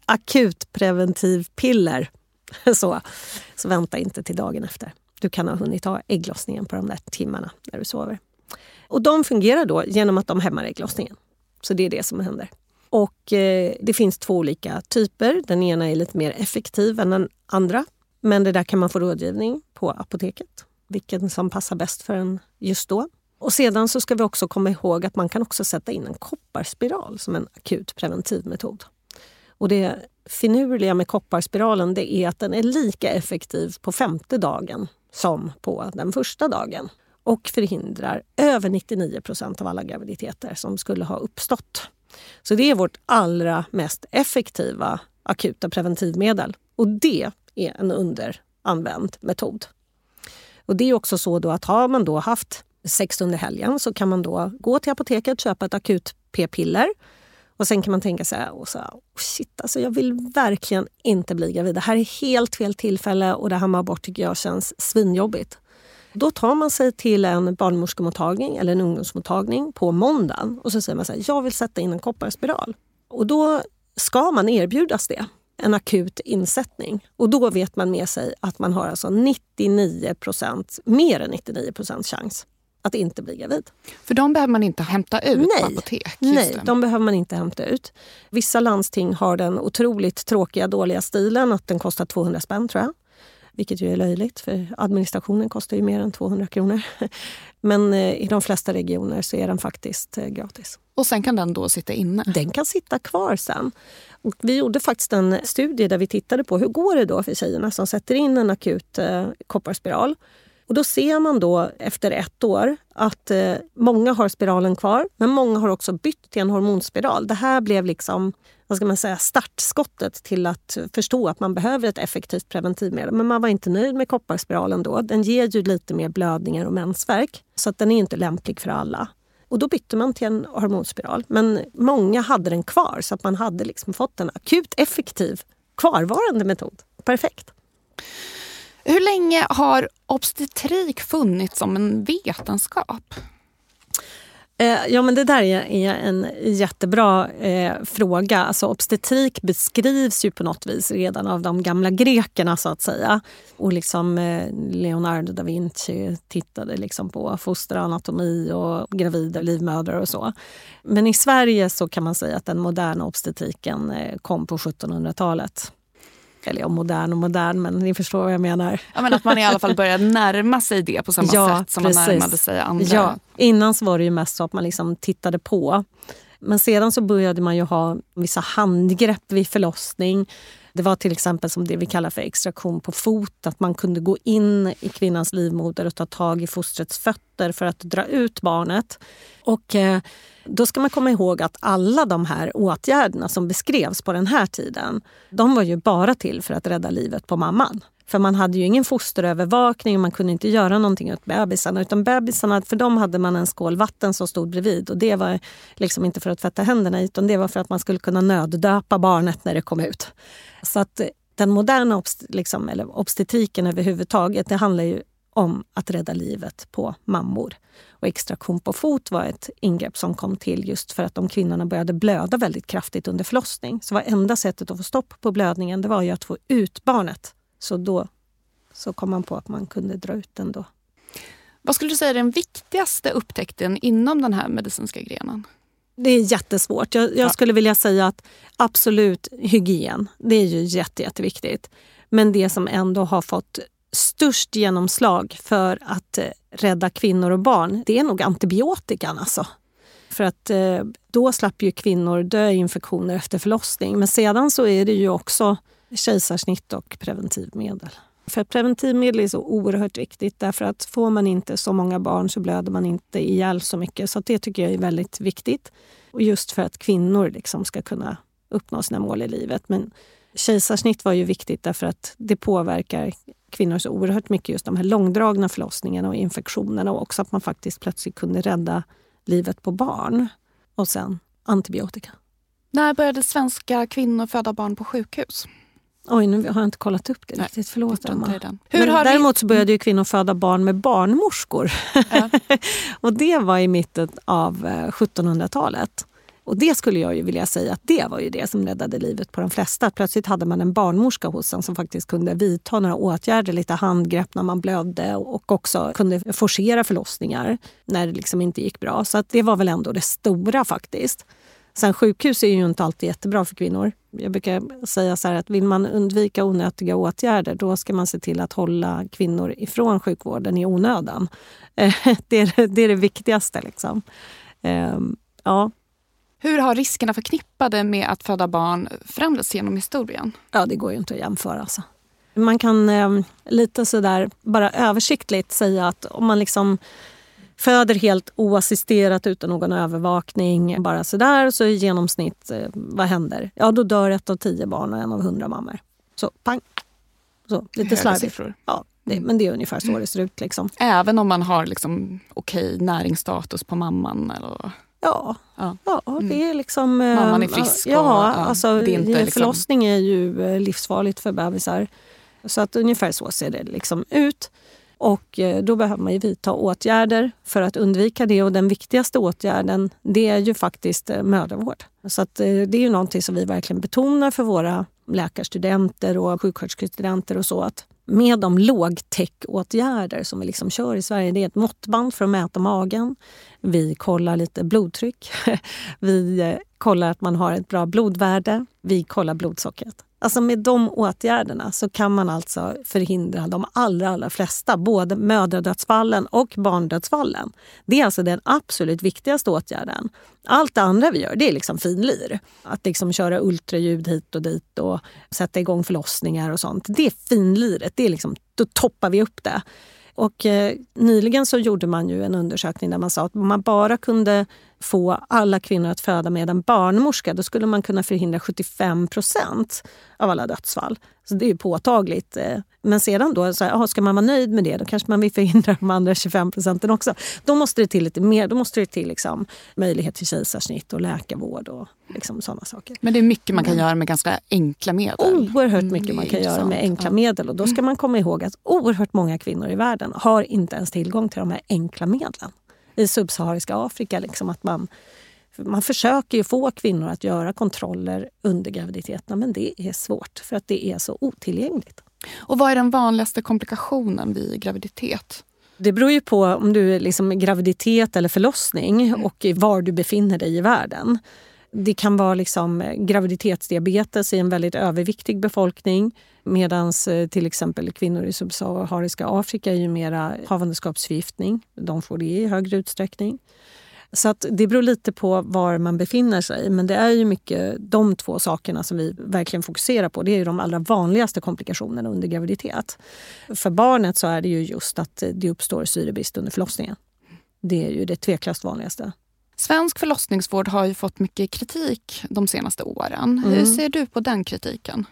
akutpreventivpiller. Så vänta inte till dagen efter. Du kan ha hunnit ta ägglossningen på de där timmarna när du sover. Och de fungerar då genom att de hämmar ägglossningen. Så det är det som händer. Och det finns 2 olika typer. Den ena är lite mer effektiv än den andra. Men det där kan man få rådgivning på apoteket. Vilken som passar bäst för en just då. Och sedan så ska vi också komma ihåg att man kan också sätta in en kopparspiral som en akut preventivmetod. Och det finurliga med kopparspiralen det är att den är lika effektiv på 5:e dagen som på den första dagen. Och förhindrar över 99% av alla graviditeter som skulle ha uppstått. Så det är vårt allra mest effektiva akuta preventivmedel. Och det är en underanvänd metod. Och det är också så då att har man då haft sex under helgen så kan man då gå till apoteket och köpa ett akut p-piller. Och sen kan man tänka så här, shit, alltså jag vill verkligen inte bli gravid. Det här är helt fel tillfälle och det här med abort tycker jag känns svinjobbigt. Då tar man sig till en barnmorskemottagning eller en ungdomsmottagning på måndagen och så säger man så här, jag vill sätta in en kopparspiral. Och då ska man erbjudas det, en akut insättning. Och då vet man med sig att man har alltså 99%, mer än 99% chans att inte bli gravid. För de behöver man inte hämta ut på apotek? Nej, de behöver man inte hämta ut. Vissa landsting har den otroligt tråkiga, dåliga stilen att den kostar 200 spänn tror jag. Vilket ju är löjligt, för administrationen kostar ju mer än 200 kronor. Men i de flesta regioner så är den faktiskt gratis. Och sen kan den då sitta inne? Den kan sitta kvar sen. Och vi gjorde faktiskt en studie där vi tittade på hur går det då för tjejerna som sätter in en akut kopparspiral. Och då ser man då efter 1 år att många har spiralen kvar, men många har också bytt till en hormonspiral. Det här blev liksom, vad ska man säga, startskottet till att förstå att man behöver ett effektivt preventivmedel. Men man var inte nöjd med kopparspiralen då. Den ger ju lite mer blödningar och mensvärk, så att den är inte lämplig för alla. Och då bytte man till en hormonspiral. Men många hade den kvar, så att man hade liksom fått en akut effektiv kvarvarande metod. Perfekt. Hur länge har obstetrik funnits som en vetenskap? Ja, men det där är en jättebra fråga. Alltså, obstetrik beskrivs ju på något vis redan av de gamla grekerna så att säga. Och liksom Leonardo da Vinci tittade liksom på fosteranatomi och gravida livmödrar och så. Men i Sverige så kan man säga att den moderna obstetriken kom på 1700-talet. Eller ja, modern, men ni förstår vad jag menar. Ja, men att man i alla fall började närma sig det på samma sätt som man närmade sig andra. Ja, innan så var det ju mest så att man liksom tittade på. Men sedan så började man ju ha vissa handgrepp vid förlossning. Det var till exempel som det vi kallar för extraktion på fot. Att man kunde gå in i kvinnans livmoder och ta tag i fostrets fötter för att dra ut barnet. Och då ska man komma ihåg att alla de här åtgärderna som beskrevs på den här tiden, de var ju bara till för att rädda livet på mamman. För man hade ju ingen fosterövervakning och man kunde inte göra någonting åt bebisarna. Utan bebisarna, för dem hade man en skål vatten som stod bredvid. Och det var liksom inte för att tvätta händerna, utan det var för att man skulle kunna nöddöpa barnet när det kom ut. Så att den moderna eller obstetriken överhuvudtaget, det handlar ju om att rädda livet på mammor. Och extraktion på fot var ett ingrepp som kom till just för att de kvinnorna började blöda väldigt kraftigt under förlossning. Så var enda sättet att få stopp på blödningen, det var ju att få ut barnet. Så då så kom man på att man kunde dra ut den då. Vad skulle du säga är den viktigaste upptäckten inom den här medicinska grenen? Det är jättesvårt. Jag skulle vilja säga att absolut hygien, det är ju jätteviktigt. Men det som ändå har fått störst genomslag för att rädda kvinnor och barn, det är nog antibiotikan alltså. För att då slapp ju kvinnor dö i infektioner efter förlossning. Men sedan så är det ju också kejsarsnitt och preventivmedel. För preventivmedel är så oerhört viktigt därför att får man inte så många barn så blöder man inte ihjäl så mycket. Så det tycker jag är väldigt viktigt. Och just för att kvinnor liksom ska kunna uppnå sina mål i livet. Men kejsarsnitt var ju viktigt därför att det påverkar kvinnor så oerhört mycket, just de här långdragna förlossningarna och infektionerna. Och också att man faktiskt plötsligt kunde rädda livet på barn. Och sen antibiotika. När började svenska kvinnor föda barn på sjukhus? Oj, nu har jag inte kollat upp det riktigt. Förlåt, Emma. Däremot så började ju kvinnor föda barn med barnmorskor. Ja. Och det var i mitten av 1700-talet. Och det skulle jag ju vilja säga att det var ju det som räddade livet på de flesta. Plötsligt hade man en barnmorska hos en som faktiskt kunde vidta några åtgärder, lite handgrepp när man blödde och också kunde forcera förlossningar när det liksom inte gick bra. Så att det var väl ändå det stora faktiskt. Sen sjukhus är ju inte alltid jättebra för kvinnor. Jag brukar säga så här att vill man undvika onödiga åtgärder, då ska man se till att hålla kvinnor ifrån sjukvården i onödan. Det är det viktigaste liksom. Ja. Hur har riskerna förknippade med att föda barn förändrats genom historien? Ja, det går ju inte att jämföra alltså. Man kan lite sådär bara översiktligt säga att om man liksom föder helt oassisterat utan någon övervakning, bara sådär, så i genomsnitt, vad händer? Ja, då dör 1 av 10 barn och 1 av 100 mammor. Så, pang! Så, lite slarvigt. Ja, men det är ungefär så det ser ut liksom. Även om man har liksom okej näringsstatus på mamman? Eller? Ja, det är liksom... Mamman är frisk. Alltså, det är inte förlossning är ju livsfarligt för bebisar. Så att ungefär så ser det liksom ut. Och då behöver man ju vidta åtgärder för att undvika det. Och den viktigaste åtgärden, det är ju faktiskt mödravård. Så att det är ju någonting som vi verkligen betonar för våra läkarstudenter och sjuksköterskestudenter och så. Att med de lågtech-åtgärder som vi liksom kör i Sverige, det är ett måttband för att mäta magen. Vi kollar lite blodtryck. Vi kollar att man har ett bra blodvärde. Vi kollar blodsockret. Alltså med de åtgärderna så kan man alltså förhindra de allra flesta, både mödradödsfallen och barndödsfallen. Det är alltså den absolut viktigaste åtgärden. Allt det andra vi gör, det är liksom finlir. Att liksom köra ultraljud hit och dit och sätta igång förlossningar och sånt. Det är finliret, det är liksom, då toppar vi upp det. Och nyligen så gjorde man ju en undersökning där man sa att om man bara kunde få alla kvinnor att föda med en barnmorska, då skulle man kunna förhindra 75% av alla dödsfall. Så det är ju påtagligt. Men sedan då, ska man vara nöjd med det, då kanske man vill förhindra de andra 25% också. Då måste det till lite mer, då måste det till liksom möjlighet till kejsarsnitt och läkarvård och liksom sådana saker. Men det är mycket man kan göra med ganska enkla medel. Oerhört mycket man kan göra med enkla medel. Och då ska man komma ihåg att oerhört många kvinnor i världen har inte ens tillgång till de här enkla medlen. I subsahariska Afrika, liksom att man försöker ju få kvinnor att göra kontroller under graviditeterna, men det är svårt för att det är så otillgängligt. Och vad är den vanligaste komplikationen vid graviditet? Det beror ju på om du är liksom graviditet eller förlossning och var du befinner dig i världen. Det kan vara liksom graviditetsdiabetes i en väldigt överviktig befolkning, medan till exempel kvinnor i subsahariska Afrika är ju mera havandeskapsförgiftning. De får det i högre utsträckning. Så att det beror lite på var man befinner sig, men det är ju mycket de två sakerna som vi verkligen fokuserar på. Det är ju de allra vanligaste komplikationerna under graviditet. För barnet så är det ju just att det uppstår syrebrist under förlossningen. Det är ju det tveklöst vanligaste. Svensk förlossningsvård har ju fått mycket kritik de senaste åren. Hur ser du på den kritiken?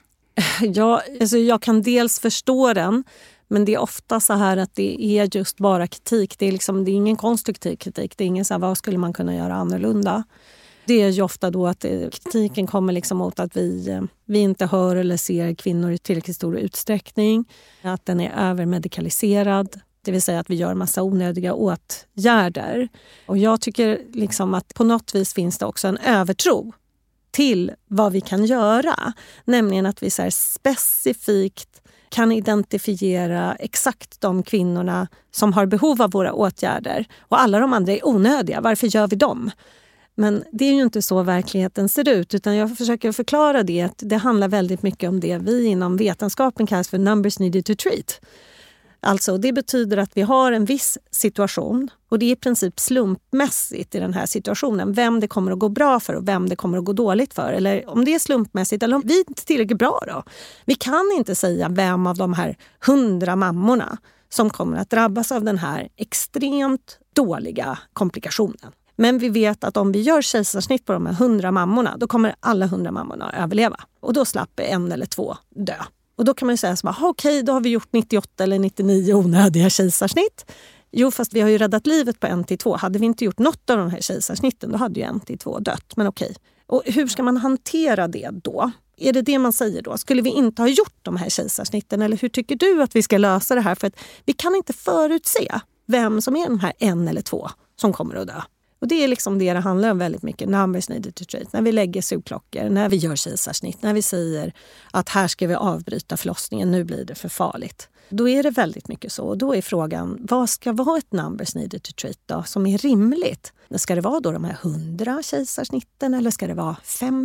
Ja, alltså jag kan dels förstå den, men det är ofta så här att det är just bara kritik. Det är ingen konstruktiv kritik. Det är ingen så här, vad skulle man kunna göra annorlunda? Det är ju ofta då att kritiken kommer liksom mot att vi inte hör eller ser kvinnor i tillräckligt stor utsträckning. Att den är övermedikaliserad. Det vill säga att vi gör massa onödiga åtgärder. Och jag tycker liksom att på något vis finns det också en övertro till vad vi kan göra. Nämligen att vi så här specifikt kan identifiera exakt de kvinnorna som har behov av våra åtgärder. Och alla de andra är onödiga. Varför gör vi dem? Men det är ju inte så verkligheten ser ut, utan jag försöker förklara det att det handlar väldigt mycket om det vi inom vetenskapen kallar för numbers needed to treat. Alltså det betyder att vi har en viss situation och det är i princip slumpmässigt i den här situationen vem det kommer att gå bra för och vem det kommer att gå dåligt för. Eller om det är slumpmässigt eller om vi inte är tillräckligt bra då. Vi kan inte säga vem av de här 100 mammorna som kommer att drabbas av den här extremt dåliga komplikationen. Men vi vet att om vi gör kejsarsnitt på de här 100 mammorna, då kommer alla 100 mammorna att överleva. Och då slapp 1 eller 2 dö. Och då kan man ju säga så här, okej, då har vi gjort 98 eller 99 onödiga kejsarsnitt. Jo, fast vi har ju räddat livet på 1 till 2. Hade vi inte gjort något av de här kejsarsnitten, då hade ju 1 till 2 dött. Men okej. Och hur ska man hantera det då? Är det man säger då? Skulle vi inte ha gjort de här kejsarsnitten? Eller hur tycker du att vi ska lösa det här? För att vi kan inte förutse vem som är de här 1 eller 2 som kommer att dö. Och det är liksom det handlar om väldigt mycket. Numbers needed to treat. När vi lägger sugklockor, när vi gör kejsarsnitt, när vi säger att här ska vi avbryta förlossningen, nu blir det för farligt. Då är det väldigt mycket så. Och då är frågan, vad ska vara ett numbers needed to treat då, som är rimligt? Ska det vara då de här 100 kejsarsnitten eller ska det vara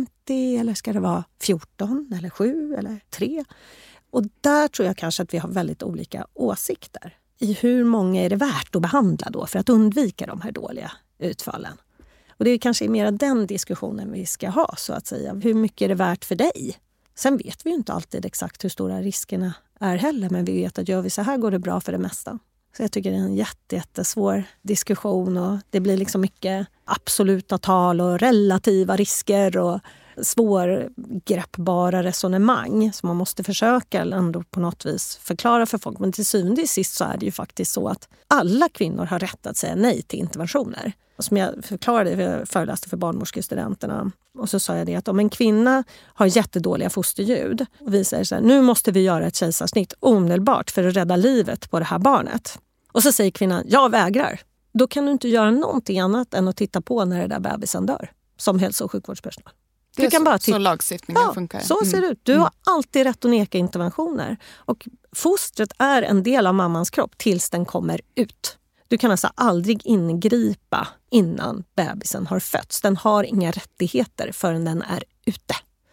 50 eller ska det vara 14 eller 7 eller 3? Och där tror jag kanske att vi har väldigt olika åsikter. I hur många är det värt att behandla då för att undvika de här dåliga utfallen. Och det är kanske mer den diskussionen vi ska ha så att säga. Hur mycket är det värt för dig? Sen vet vi ju inte alltid exakt hur stora riskerna är heller, men vi vet att gör vi så här går det bra för det mesta. Så jag tycker det är en jättesvår diskussion och det blir liksom mycket absoluta tal och relativa risker och svårgreppbara resonemang som man måste försöka ändå på något vis förklara för folk. Men till syvende och sist så är det ju faktiskt så att alla kvinnor har rätt att säga nej till interventioner. Och som jag förklarade, jag föreläste för barnmorskestudenterna, och så sa jag det att om en kvinna har jättedåliga fosterljud och vi säger så här, nu måste vi göra ett kejsarsnitt omedelbart för att rädda livet på det här barnet. Och så säger kvinnan, jag vägrar. Då kan du inte göra någonting annat än att titta på när det där bebisen dör som hälso- och sjukvårdspersonal. Det är bara så lagstiftningen funkar. Så ser det ut. Du har alltid rätt att neka interventioner. Och fostret är en del av mammans kropp tills den kommer ut. Du kan alltså aldrig ingripa innan bebisen har fötts. Den har inga rättigheter förrän den är ute.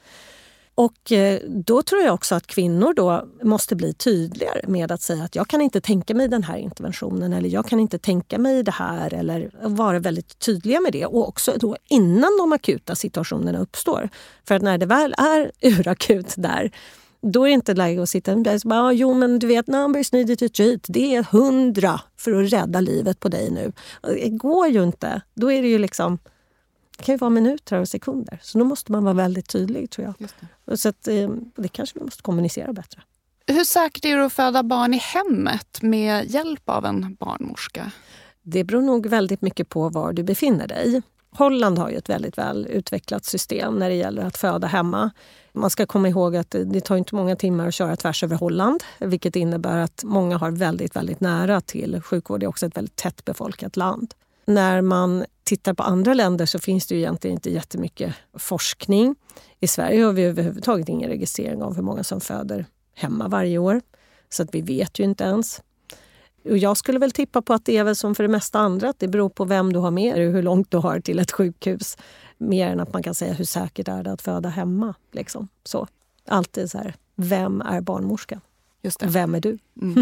Och då tror jag också att kvinnor då måste bli tydligare med att säga att jag kan inte tänka mig den här interventionen eller jag kan inte tänka mig det här, eller vara väldigt tydliga med det. Och också då innan de akuta situationerna uppstår. För att när det väl är urakut där, då är det inte läge att sitta och bara, jo men du vet, numbers needed to treat, det är 100 för att rädda livet på dig nu. Det går ju inte. Då är det ju liksom, det kan ju vara minuter och sekunder. Så då måste man vara väldigt tydlig, tror jag. Just det. Så att, det kanske vi måste kommunicera bättre. Hur säkert är det att föda barn i hemmet med hjälp av en barnmorska? Det beror nog väldigt mycket på var du befinner dig. Holland har ju ett väldigt väl utvecklat system när det gäller att föda hemma. Man ska komma ihåg att det tar inte många timmar att köra tvärs över Holland, vilket innebär att många har väldigt, väldigt nära till sjukvård. Det är också ett väldigt tätt befolkat land. När man tittar på andra länder så finns det ju egentligen inte jättemycket forskning. I Sverige har vi överhuvudtaget ingen registrering av hur många som föder hemma varje år. Så att vi vet ju inte ens. Och jag skulle väl tippa på att det är väl som för det mesta andra, att det beror på vem du har med dig och hur långt du har till ett sjukhus. Mer än att man kan säga hur säkert är det att föda hemma. Liksom. Så. Alltid så här, vem är barnmorskan? Just det. Vem är du? Mm.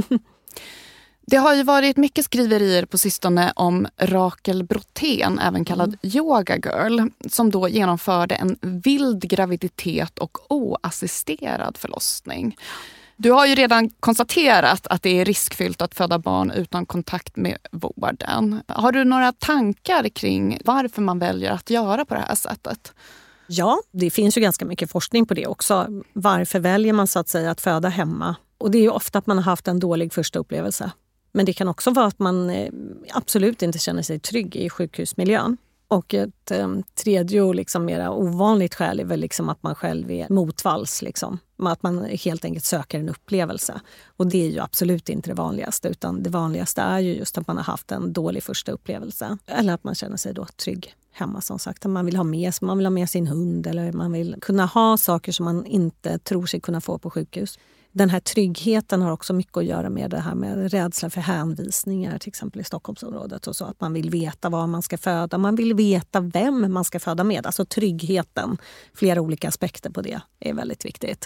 Det har ju varit mycket skriverier på sistone om Rakel Brottén, även kallad Yoga Girl, som då genomförde en vild graviditet och oassisterad förlossning. Du har ju redan konstaterat att det är riskfyllt att föda barn utan kontakt med vården. Har du några tankar kring varför man väljer att göra på det här sättet? Ja, det finns ju ganska mycket forskning på det också. Varför väljer man så att säga att föda hemma? Och det är ju ofta att man har haft en dålig första upplevelse. Men det kan också vara att man absolut inte känner sig trygg i sjukhusmiljön. Och ett tredje och liksom mera ovanligt skäl är väl liksom att man själv är motvalls. Liksom. Att man helt enkelt söker en upplevelse. Och det är ju absolut inte det vanligaste. Utan det vanligaste är ju just att man har haft en dålig första upplevelse. Eller att man känner sig då trygg hemma, som sagt. Man vill ha med sin hund. Eller man vill kunna ha saker som man inte tror sig kunna få på sjukhus. Den här tryggheten har också mycket att göra med det här med rädsla för hänvisningar, till exempel i Stockholmsområdet. Och så att man vill veta var man ska föda. Man vill veta vem man ska föda med. Alltså tryggheten, flera olika aspekter på det är väldigt viktigt.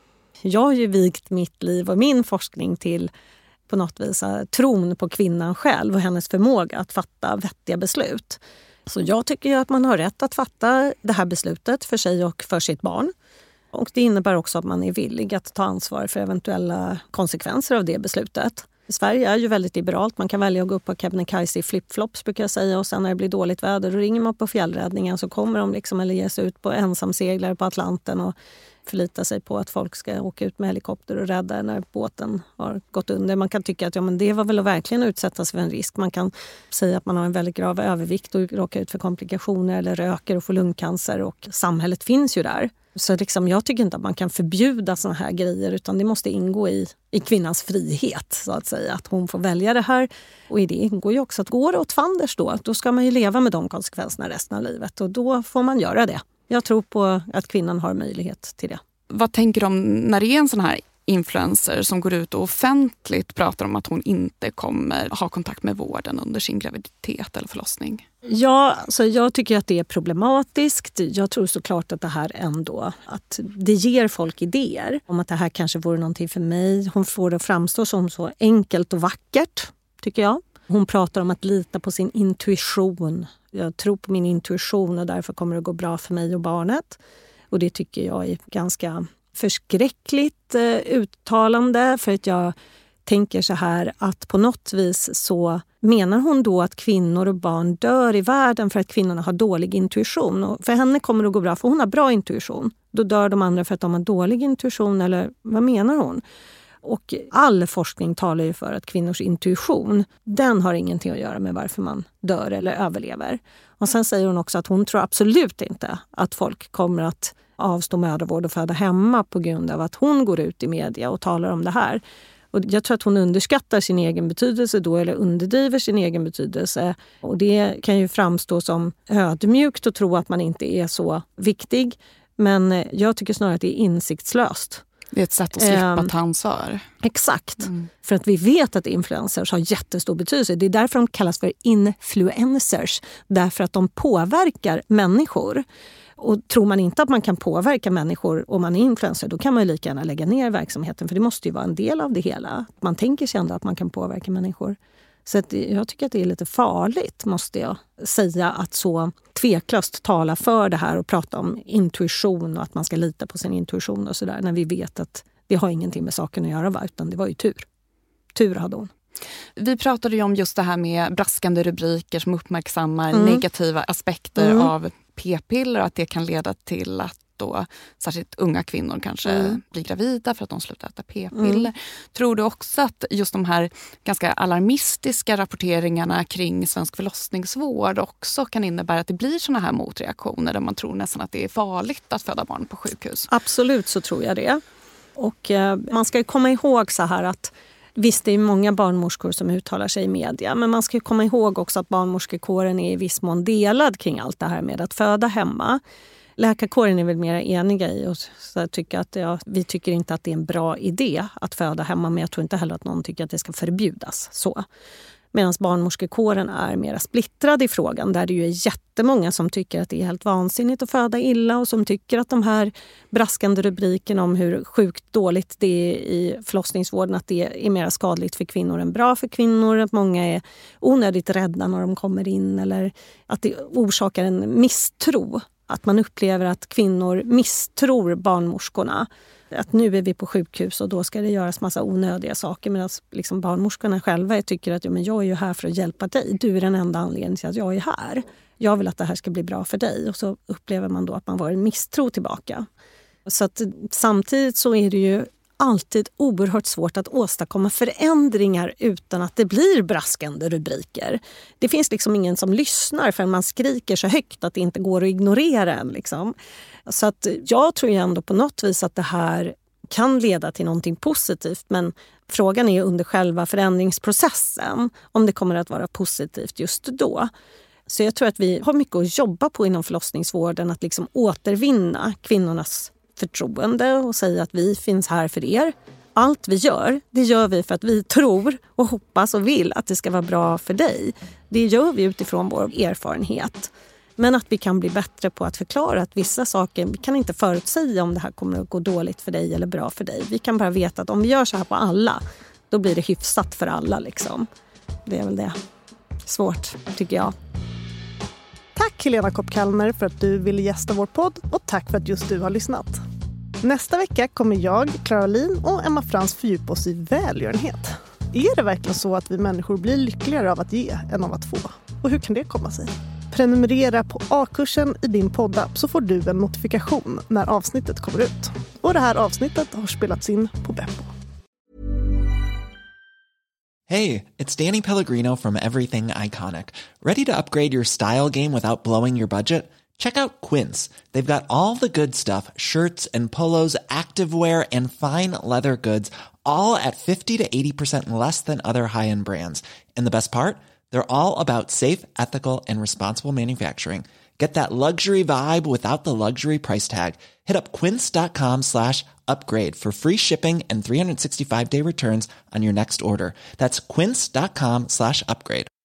Jag har ju vigt mitt liv och min forskning till på något vis tron på kvinnan själv och hennes förmåga att fatta vettiga beslut. Så jag tycker ju att man har rätt att fatta det här beslutet för sig och för sitt barn. Och det innebär också att man är villig att ta ansvar för eventuella konsekvenser av det beslutet. Sverige är ju väldigt liberalt. Man kan välja att gå upp på Kebnekaise i flipflops, brukar jag säga. Och sen när det blir dåligt väder, då ringer man på fjällräddningen, så kommer de liksom, eller ger sig ut på ensamseglare på Atlanten och förlita sig på att folk ska åka ut med helikopter och rädda när båten har gått under. Man kan tycka att det var väl att verkligen utsättas för en risk. Man kan säga att man har en väldigt grav övervikt och råkar ut för komplikationer eller röker och får lungcancer, och samhället finns ju där. Så liksom, jag tycker inte att man kan förbjuda såna här grejer, utan det måste ingå i kvinnans frihet, så att säga. Att hon får välja det här. Och i det ingår ju också att går det åt fanders då ska man ju leva med de konsekvenserna resten av livet. Och då får man göra det. Jag tror på att kvinnan har möjlighet till det. Vad tänker du om när det är en sån här influencer som går ut och offentligt pratar om att hon inte kommer ha kontakt med vården under sin graviditet eller förlossning? Ja, så jag tycker att det är problematiskt. Jag tror såklart att det här ändå, att det ger folk idéer om att det här kanske vore någonting för mig. Hon får det framstå som så enkelt och vackert, tycker jag. Hon pratar om att lita på sin intuition. Jag tror på min intuition och därför kommer det gå bra för mig och barnet. Och det tycker jag är ganska förskräckligt uttalande, för att jag tänker så här att på något vis så menar hon då att kvinnor och barn dör i världen för att kvinnorna har dålig intuition. Och för henne kommer det att gå bra för hon har bra intuition. Då dör de andra för att de har dålig intuition, eller vad menar hon? Och all forskning talar ju för att kvinnors intuition, den har ingenting att göra med varför man dör eller överlever. Och sen säger hon också att hon tror absolut inte att folk kommer att avstå mödravård och föda hemma på grund av att hon går ut i media och talar om det här. Och jag tror att hon underskattar sin egen betydelse då, eller underdriver sin egen betydelse. Och det kan ju framstå som ödmjukt att tro att man inte är så viktig. Men jag tycker snarare att det är insiktslöst. Det är ett sätt att slippa ta ansvar. Exakt. För att vi vet att influencers har jättestor betydelse. Det är därför de kallas för influencers. Därför att de påverkar människor. Och tror man inte att man kan påverka människor om man är influencer, då kan man ju lika gärna lägga ner verksamheten. För det måste ju vara en del av det hela. Man tänker sig ändå att man kan påverka människor. Så att jag tycker att det är lite farligt, måste jag säga, att så tveklöst tala för det här och prata om intuition och att man ska lita på sin intuition och sådär. När vi vet att det har ingenting med saken att göra, utan det var ju tur. Tur hade hon. Vi pratade ju om just det här med braskande rubriker som uppmärksammar negativa aspekter av p-piller och att det kan leda till att då särskilt unga kvinnor kanske blir gravida för att de slutar äta p-piller. Tror du också att just de här ganska alarmistiska rapporteringarna kring svensk förlossningsvård också kan innebära att det blir såna här motreaktioner där man tror nästan att det är farligt att föda barn på sjukhus? Absolut, så tror jag det. Och man ska ju komma ihåg så här att visst, det är många barnmorskor som uttalar sig i media, men man ska ju komma ihåg också att barnmorskekåren är i viss mån delad kring allt det här med att föda hemma. Läkarkåren är väl mer eniga i och så tycker att vi tycker inte att det är en bra idé att föda hemma, men jag tror inte heller att någon tycker att det ska förbjudas så. Medan barnmorskekåren är mer splittrad i frågan, där det ju är jättemånga som tycker att det är helt vansinnigt att föda illa och som tycker att de här braskande rubrikerna om hur sjukt dåligt det är i förlossningsvården, att det är mer skadligt för kvinnor än bra för kvinnor, att många är onödigt rädda när de kommer in eller att det orsakar en misstro. Att man upplever att kvinnor misstror barnmorskorna. Att nu är vi på sjukhus och då ska det göras massa onödiga saker. Medan liksom barnmorskorna själva tycker att men jag är ju här för att hjälpa dig. Du är den enda anledningen till att jag är här. Jag vill att det här ska bli bra för dig. Och så upplever man då att man var en misstro tillbaka. Så att samtidigt så är det ju alltid oerhört svårt att åstadkomma förändringar utan att det blir braskande rubriker. Det finns liksom ingen som lyssnar för man skriker så högt att det inte går att ignorera en. Liksom. Så att jag tror ju ändå på något vis att det här kan leda till någonting positivt, men frågan är under själva förändringsprocessen om det kommer att vara positivt just då. Så jag tror att vi har mycket att jobba på inom förlossningsvården, att liksom återvinna kvinnornas förtroende och säga att vi finns här för er. Allt vi gör, det gör vi för att vi tror och hoppas och vill att det ska vara bra för dig. Det gör vi utifrån vår erfarenhet. Men att vi kan bli bättre på att förklara att vissa saker, vi kan inte förutsäga om det här kommer att gå dåligt för dig eller bra för dig. Vi kan bara veta att om vi gör så här på alla, då blir det hyfsat för alla liksom. Det är väl det. Svårt, tycker jag. Tack Helena Kopp-Kalmer för att du ville gästa vår podd och tack för att just du har lyssnat. Nästa vecka kommer jag, Clara Lin och Emma Frans fördjupa oss i välgörenhet. Är det verkligen så att vi människor blir lyckligare av att ge än av att få? Och hur kan det komma sig? Prenumerera på A-kursen i din poddapp så får du en notifikation när avsnittet kommer ut. Och det här avsnittet har spelats in på Beppo. Hey, it's Danny Pellegrino from Everything Iconic. Ready to upgrade your style game without blowing your budget? Check out Quince. They've got all the good stuff, shirts and polos, activewear and fine leather goods, all at 50 to 80% less than other high-end brands. And the best part? They're all about safe, ethical, and responsible manufacturing. Get that luxury vibe without the luxury price tag. Hit up quince.com/upgrade for free shipping and 365-day returns on your next order. That's quince.com/upgrade.